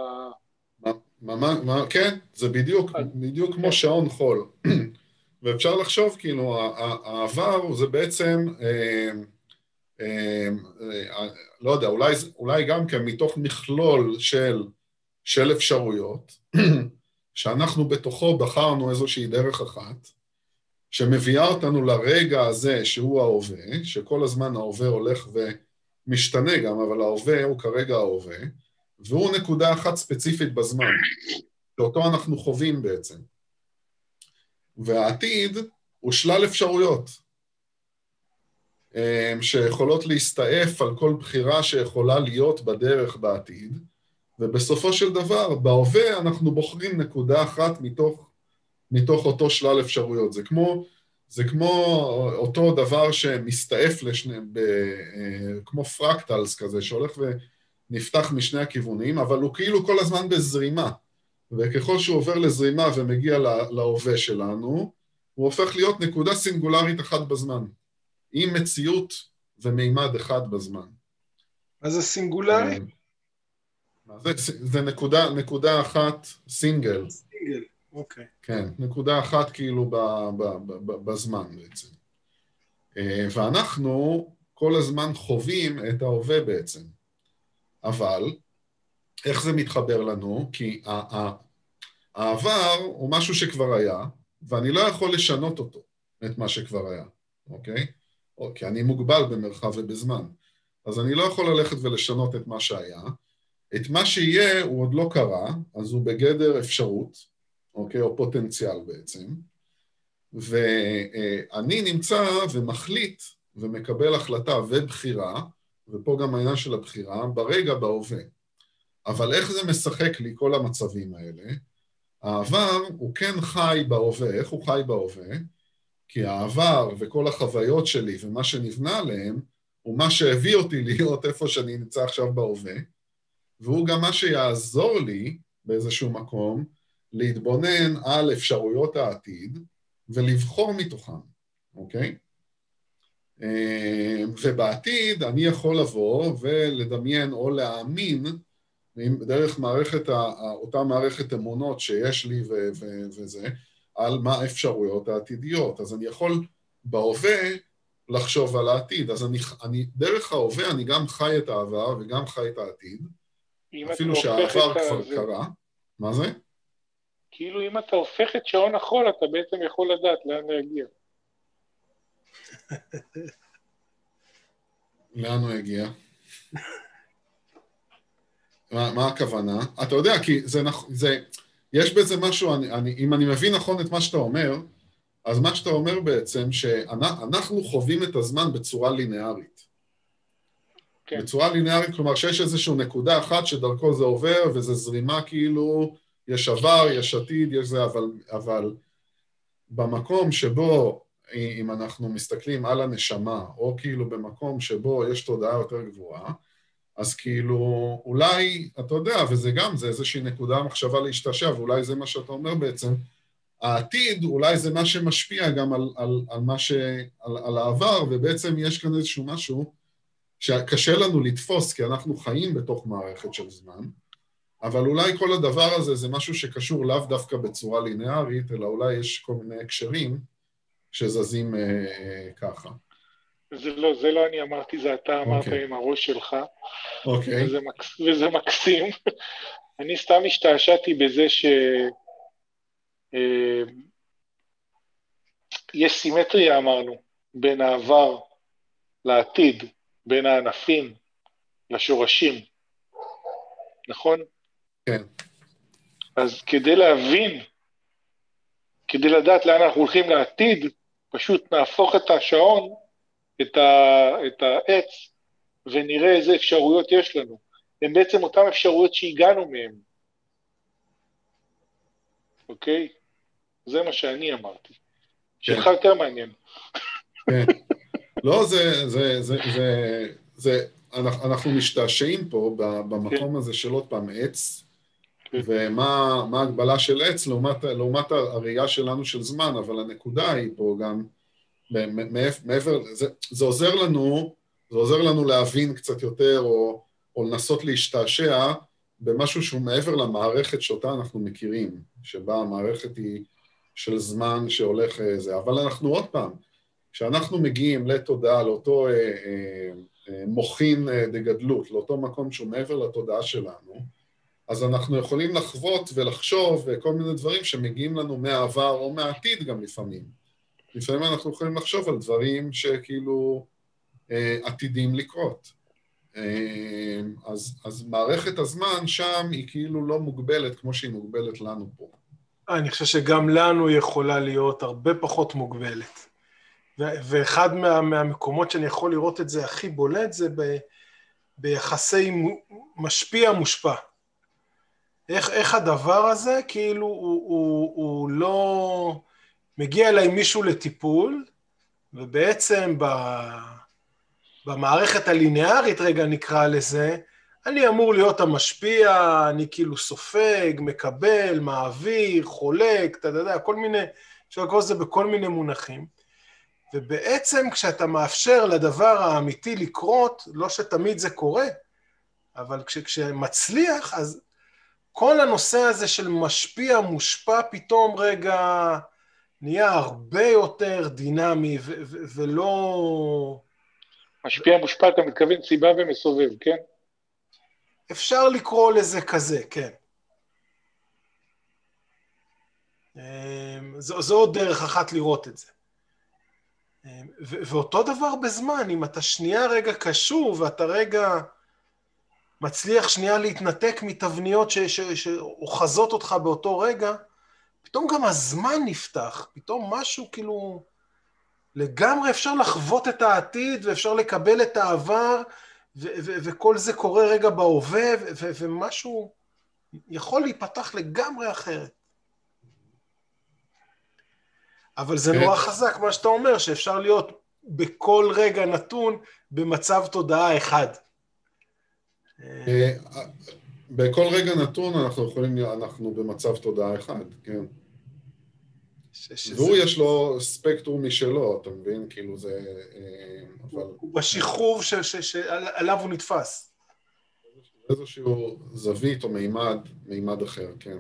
A: כן, זה בדיוק כמו שעון חול. ואפשר לחשוב, כאילו, העבר זה בעצם, לא יודע, אולי גם כן מתוך מכלול של אפשרויות, שאנחנו בתוכו בחרנו איזושהי דרך אחת, שמביאה אותנו לרגע הזה שהוא ההווה, שכל הזמן ההווה הולך ומשתנה גם, אבל ההווה הוא כרגע ההווה, והוא נקודה אחת ספציפית בזמן, שאותו אנחנו חווים בעצם. והעתיד הוא שלל אפשרויות, שיכולות להסתעף על כל בחירה שיכולה להיות בדרך בעתיד, ובסופו של דבר, בהווה אנחנו בוחרים נקודה אחת מתוך אותו שלל אפשרויות. זה כמו אותו דבר שמסתעף כמו פרקטלס כזה, שהולך ונפתח משני הכיוונים, אבל הוא כאילו כל הזמן בזרימה, וככל שהוא עובר לזרימה ומגיע להווה שלנו, הוא הופך להיות נקודה סינגולרית אחת בזמן, עם מציאות ומימד אחד בזמן.
B: אז זה סינגולרי?
A: זה נקודה אחת סינגל.
B: סינגל, אוקיי.
A: כן, נקודה אחת כאילו בזמן בעצם. ואנחנו כל הזמן חווים את ההווה בעצם. אבל, איך זה מתחבר לנו? כי העבר הוא משהו שכבר היה, ואני לא יכול לשנות אותו, את מה שכבר היה, אוקיי? כי אני מוגבל במרחב ובזמן. אז אני לא יכול ללכת ולשנות את מה שהיה. את מה שיהיה הוא עוד לא קרה, אז הוא בגדר אפשרות, אוקיי? או פוטנציאל בעצם. ואני נמצא ומחליט ומקבל החלטה ובחירה, ופה גם העניין של הבחירה, ברגע בהווה. אבל איך זה משחק לי כל המצבים האלה? העבר הוא כן חי בהווה. איך הוא חי בהווה? כי העבר וכל החוויות שלי ומה שנבנה עליהם, הוא מה שהביא אותי להיות איפה שאני נמצא עכשיו בהווה, והוא גם מה שיעזור לי באיזשהו מקום להתבונן על אפשרויות העתיד ולבחור מתוכן, אוקיי? ובעתיד אני יכול לבוא ולדמיין או להאמין דרך אותה מערכת אמונות שיש לי וזה, על מה האפשרויות העתידיות. אז אני יכול בהווה לחשוב על העתיד. אז דרך ההווה אני גם חי את העבר וגם חי את העתיד. אפילו שהעבר כבר קרה. מה זה?
C: כאילו אם אתה הופך את שעון החול, אתה בעצם יכול לדעת לאן להגיע.
A: לאן הוא הגיע? מה הכוונה? אתה יודע, כי יש בזה משהו, אם אני מבין נכון את מה שאתה אומר, אז מה שאתה אומר בעצם, שאנחנו חווים את הזמן בצורה לינארית. כן. בצורה לינארית, כלומר שיש איזושהי נקודה אחת שדרכו זה עובר, וזה זרימה כאילו, יש עבר, יש עתיד, יש זה, אבל במקום שבו, אם אנחנו מסתכלים על הנשמה, או כאילו במקום שבו יש תודעה יותר גבוהה, אז כאילו, אולי, אתה יודע, וזה גם, זה איזושהי נקודה מחשבה להשתעשע, ואולי זה מה שאתה אומר בעצם, העתיד אולי זה מה שמשפיע גם על העבר, ובעצם יש כאן איזשהו משהו שקשה לנו לתפוס, כי אנחנו חיים בתוך מערכת של זמן, אבל אולי כל הדבר הזה זה משהו שקשור לאו דווקא בצורה לינארית, אלא אולי יש כל מיני הקשרים שזזים ככה.
C: זה לא אני אמרתי, זה אתה אמרת עם הראש שלך, וזה מקסים. אני סתם השתעשעתי בזה יש סימטריה, אמרנו, בין העבר לעתיד, בין הענפים לשורשים, נכון?
A: כן.
C: אז כדי להבין, כדי לדעת לאן אנחנו הולכים לעתיד, פשוט נהפוך את השעון, את העץ, ונראה איזה אפשרויות יש לנו. הן בעצם אותן אפשרויות שהגענו מהן. אוקיי? זה מה שאני אמרתי. שלך יותר מעניין.
A: כן. לא, אנחנו משתעשעים פה במקום הזה של עוד פעם עץ, ומה ההגבלה של עץ לעומת הראייה שלנו של זמן, אבל הנקודה היא פה גם, מעבר, זה עוזר לנו להבין קצת יותר, או לנסות להשתעשע במשהו שהוא מעבר למערכת שאותה אנחנו מכירים, שבה המערכת היא של זמן שהולך זה, אבל אנחנו עוד פעם, כשאנחנו מגיעים לתודעה, לאותו מוחין דגדלות, לאותו מקום שהוא מעבר לתודעה שלנו, אז אנחנו יכולים לחוות ולחשוב וכל מיני דברים שמגיעים לנו מהעבר או מהעתיד גם לפעמים. לפעמים אנחנו יכולים לחשוב על דברים שכאילו עתידים לקרות. אז מערכת הזמן שם היא כאילו לא מוגבלת כמו שהיא מוגבלת לנו פה.
B: אני חושב שגם לנו יכולה להיות הרבה פחות מוגבלת. ואחד מהמקומות שאני יכול לראות את זה הכי בולט זה ביחסי משפיע מושפע. איך הדבר הזה כאילו הוא לא מגיע אליי מישהו לטיפול, ובעצם במערכת הליניארית רגע נקרא לזה, אני אמור להיות המשפיע, אני כאילו סופג, מקבל, מעביר, חולק, אתה יודע, כל מיני, אפשר לקרוא לזה בכל מיני מונחים, ובעצם כשאתה מאפשר לדבר האמיתי לקרות, לא שתמיד זה קורה, אבל כשמצליח, אז כל הנושא הזה של משפיע, מושפע, פתאום רגע נהיה הרבה יותר דינמי ולא...
C: משפיע, מושפע, אתה מתכוון סיבה ומסובב, כן?
B: אפשר לקרוא לזה כזה, כן. זו עוד דרך אחת לראות את זה. ואותו דבר בזמן, אם אתה שנייה רגע קשור, ואתה רגע מצליח שנייה להתנתק מתבניות שאוחזות אותך באותו רגע, פתאום גם הזמן נפתח, פתאום משהו כאילו, לגמרי אפשר לחוות את העתיד, ואפשר לקבל את העבר, וכל זה קורה רגע בהווה, ומשהו יכול להיפתח לגמרי אחרת. אבל זה נורא חזק מה שאתה אומר, שאפשר להיות בכל רגע נתון במצב תודעה אחד.
A: בכל רגע נתון אנחנו במצב תודעה אחד, כן. והוא יש לו ספקטרום משלו, אתה מבין? כאילו זה...
B: הוא בשחרור שעליו הוא נתפס.
A: איזשהו זווית או מימד אחר, כן.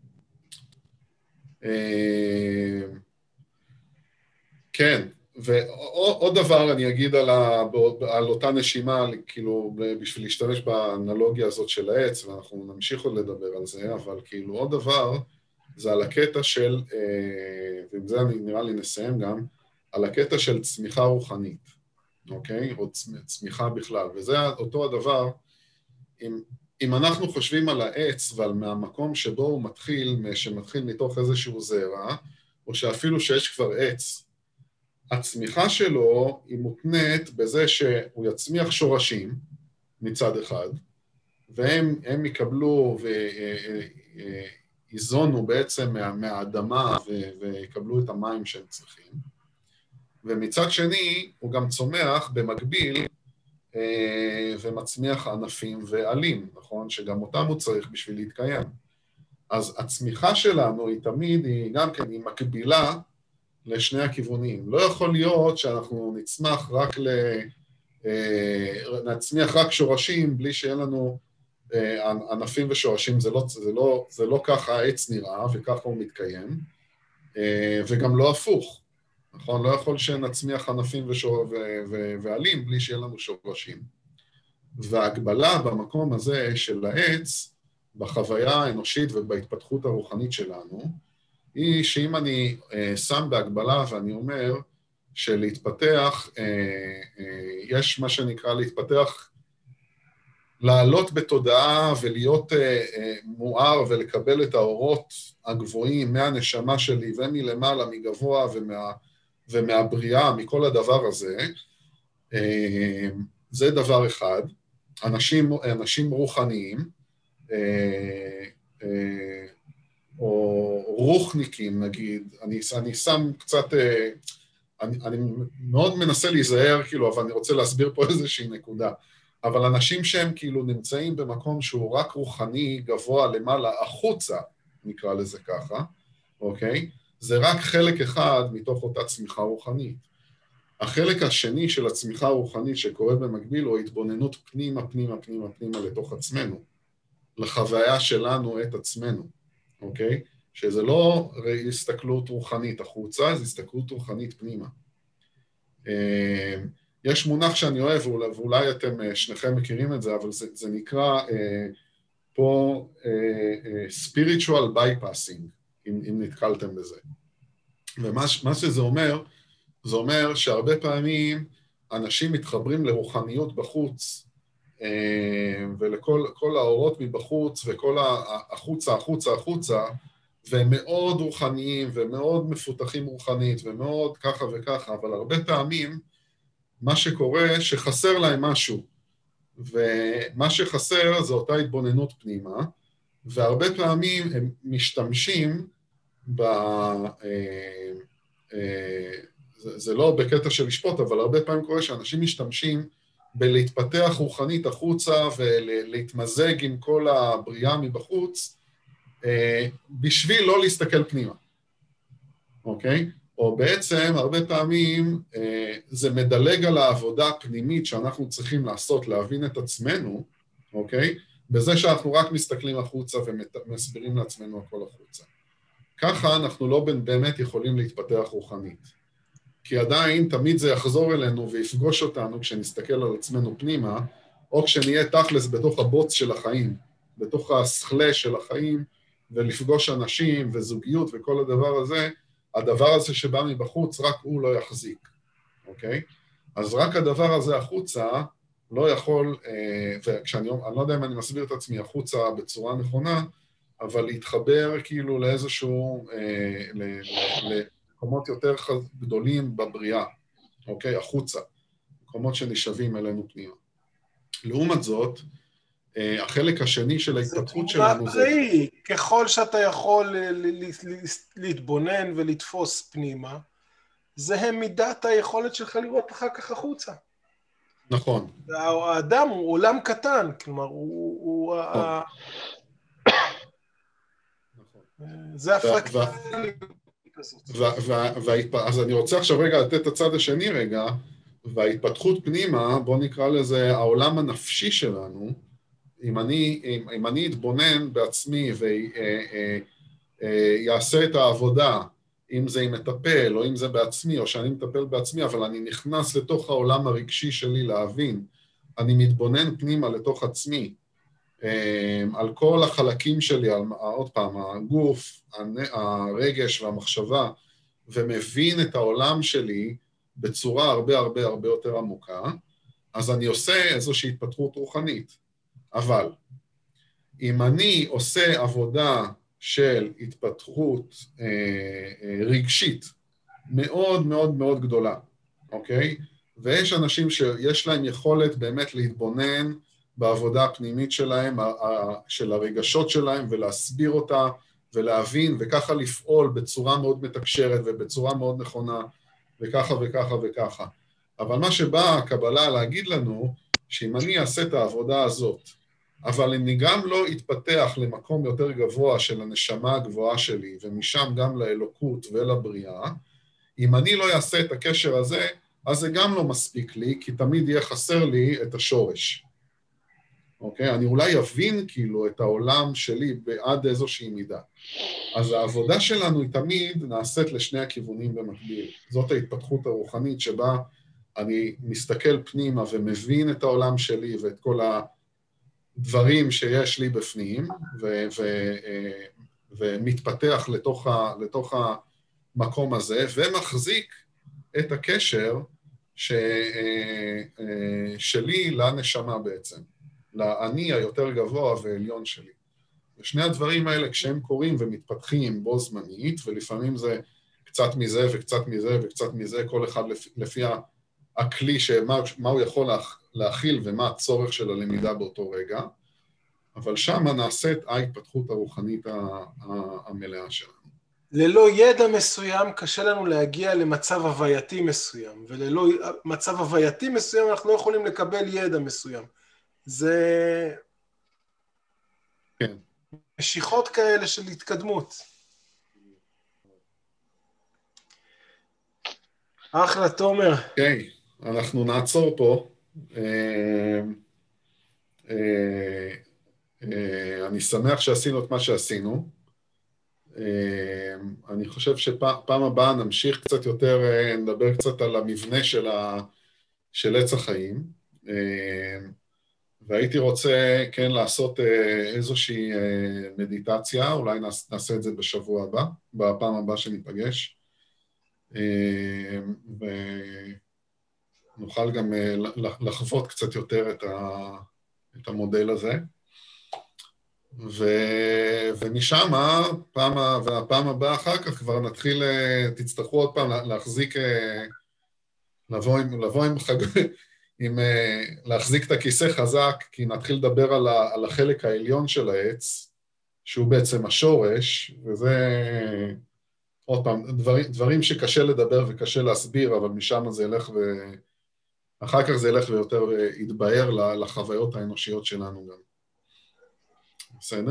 A: כן, ועוד דבר אני אגיד על אותה נשימה, כאילו בשביל להשתמש באנלוגיה הזאת של העץ, ואנחנו נמשיך עוד לדבר על זה, אבל כאילו עוד דבר, זה על הקטע של, ועם זה אני נראה לי נסיים גם, על הקטע של צמיחה רוחנית, אוקיי? או צמיחה בכלל, וזה אותו הדבר, אם אנחנו חושבים על העץ ועל מהמקום שבו הוא שמתחיל מתוך איזשהו זרע, או שאפילו שיש כבר עץ, הצמיחה שלו היא מותנית בזה שהוא יצמיח שורשים מצד אחד, והם יקבלו ויזונו בעצם מהאדמה ויקבלו את המים שהם צריכים, ומצד שני הוא גם צומח במקביל ומצמיח ענפים ועלים, נכון? שגם אותם הוא צריך בשביל להתקיים. אז הצמיחה שלנו היא תמיד, היא גם כן, היא מקבילה לשני הכיוונים. לא יכול להיות שאנחנו נצמיח רק שורשים בלי שיהיה לנו ענפים ושורשים, זה לא ככה העץ נראה וככה הוא מתקיים, וגם לא הפוך, נכון? לא יכול שנצמיח ענפים ועלים בלי שיהיה לנו שורשים. וההגבלה במקום הזה של העץ, בחוויה האנושית ובהתפתחות הרוחנית שלנו, היא שאם אני שם בהגבלה ואני אומר שלהתפתח, יש מה שנקרא להתפתח, לעלות בתודעה ולהיות מואר ולקבל את האורות הגבוהים מהנשמה שלי ומלמעלה, מגבוה ומהבריאה, מכל הדבר הזה, זה דבר אחד. אנשים רוחניים, או רוחניקים נגיד, אני שם קצת, אני מאוד מנסה להיזהר כאילו, אבל אני רוצה להסביר פה איזושהי נקודה. אבל אנשים שהם כאילו נמצאים במקום שהוא רק רוחני, גבוה למעלה, החוצה, נקרא לזה ככה, אוקיי? זה רק חלק אחד מתוך אותה צמיחה רוחנית. החלק השני של הצמיחה הרוחנית שקורה במקביל הוא התבוננות פנימה לתוך עצמנו, לחוויה שלנו את עצמנו, אוקיי? שזה לא הסתכלות רוחנית החוצה, זה הסתכלות רוחנית פנימה. יש מונח שאני אוהב, ואולי אתם שניכם מכירים את זה, אבל זה נקרא פה spiritual bypassing, אם נתקלתם בזה. ומה שזה אומר, זה אומר שהרבה פעמים אנשים מתחברים לרוחניות בחוץ, ולכל האורות מבחוץ, וכל החוצה, והם מאוד רוחניים, ומאוד מפותחים רוחנית, ומאוד ככה וככה, אבל הרבה פעמים, מה שקורה שחסר להם משהו, ומה שחסר זה אותה התבוננות פנימה, והרבה פעמים הם משתמשים זה לא בקטע של לשפוט, אבל הרבה פעמים קורה שאנשים משתמשים בלהתפתח רוחנית החוצה ולהתמזג עם כל הבריאה מבחוץ, בשביל לא להסתכל פנימה, אוקיי? או בעצם הרבה פעמים זה מדלג על העבודה הפנימית שאנחנו צריכים לעשות, להבין את עצמנו, אוקיי? בזה שאנחנו רק מסתכלים החוצה ומסבירים לעצמנו הכל החוצה. ככה אנחנו לא באמת יכולים להתפתח רוחנית. כי עדיין תמיד זה יחזור אלינו ויפגוש אותנו כשנסתכל על עצמנו פנימה, או כשנהיה תכלס בתוך הבוץ של החיים, בתוך השכלה של החיים, ולפגוש אנשים וזוגיות וכל הדבר הזה שבא מבחוץ, רק הוא לא יחזיק, אוקיי? אז רק הדבר הזה החוצה לא יכול, אני לא יודע אם אני מסביר את עצמי החוצה בצורה נכונה, אבל להתחבר כאילו לאיזשהו, מקומות יותר גדולים בבריאה, אוקיי? החוצה, מקומות שנשאבים אלינו פנימה. לעומת זאת, החלק השני של ההתפתחות שלנו זה...
B: ככל שאתה יכול להתבונן ולתפוס פנימה, זה מידת היכולת שלך לראות אחר כך החוצה.
A: נכון.
B: האדם הוא עולם קטן, כלומר, זה הפרקטיקה.
A: אז אני רוצה עכשיו רגע לתת את הצד השני רגע, וההתפתחות פנימה, בוא נקרא לזה העולם הנפשי שלנו, אם אני אתבונן בעצמי ויעשה את העבודה, אם זה עם מטפל או אם זה בעצמי או שאני מטפל בעצמי, אבל אני נכנס לתוך העולם הרגשי שלי להבין, אני מתבונן פנימה לתוך עצמי, על כל החלקים שלי, עוד פעם, הגוף, הרגש והמחשבה, ומבין את העולם שלי בצורה הרבה הרבה הרבה יותר עמוקה, אז אני עושה איזושהי התפתחות רוחנית. אבל אם אני עושה עבודה של התפתחות רגשית מאוד מאוד מאוד גדולה, אוקיי? ויש אנשים שיש להם יכולת באמת להתבונן בעבודה הפנימית שלהם, של הרגשות שלהם, ולהסביר אותה, ולהבין, וככה לפעול בצורה מאוד מתקשרת, ובצורה מאוד נכונה, וככה וככה וככה. אבל מה שבאה הקבלה להגיד לנו, שאם אני אעשה את העבודה הזאת, אבל אני גם לא אתפתח למקום יותר גבוה של הנשמה הגבוהה שלי, ומשם גם לאלוקות ולבריאה, אם אני לא אעשה את הקשר הזה, אז זה גם לא מספיק לי, כי תמיד יהיה חסר לי את השורש. אוקיי? אני אולי אבין כאילו את העולם שלי בעד איזושהי מידה. אז העבודה שלנו היא תמיד נעשית לשני הכיוונים במקביל. זאת ההתפתחות הרוחנית שבה אני מסתכל פנימה ומבין את העולם שלי ואת כל הדברים שיש לי בפנים, ומתפתח לתוך המקום הזה, ומחזיק את הקשר שלי לנשמה בעצם, לאני היותר גבוה ועליון שלי. ושני הדברים האלה כשהם קורים ומתפתחים בו זמנית, ולפעמים זה קצת מזה וקצת מזה וקצת מזה, כל אחד לפי הכלי מה הוא יכול להכיל ומה הצורך של הלמידה באותו רגע, אבל שם נעשית ההתפתחות הרוחנית המלאה שלנו.
B: ללא ידע מסוים קשה לנו להגיע למצב הווייתי מסוים, וללא מצב הווייתי מסוים אנחנו לא יכולים לקבל ידע מסוים. זה
A: כן.
B: משיכות כאלה של התקדמות. אחלה, תומר.
A: אוקיי, אנחנו נעצור פה. אני שמח שעשינו את מה שעשינו. אני חושב שפעם הבאה נמשיך קצת יותר, נדבר קצת על המבנה של עץ החיים. והייתי רוצה כן לעשות איזושהי מדיטציה, אולי נעשה את זה בשבוע הבא, בפעם הבאה שניפגש. ונוכל גם לחוות קצת יותר את המודל הזה. ומשם, והפעם הבאה אחר כך כבר נתחיל, תצטרכו עוד פעם להחזיק, לבוא עם להחזיק את הכיסא חזק, כי נתחיל לדבר על החלק העליון של העץ, שהוא בעצם השורש, וזה עוד פעם, דברים שקשה לדבר וקשה להסביר, אבל משם זה ילך אחר כך זה ילך ויותר יתבהר לחוויות האנושיות שלנו גם. בסדר?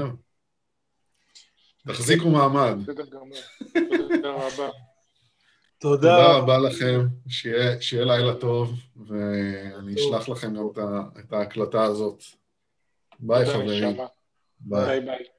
A: תחזיקו מעמד.
C: בסדר גמור. תודה רבה.
A: תודה רבה לכם, שיהיה לילה טוב, ואני אשלח לכם גם את ההקלטה הזאת. ביי חברים.
C: ביי ביי.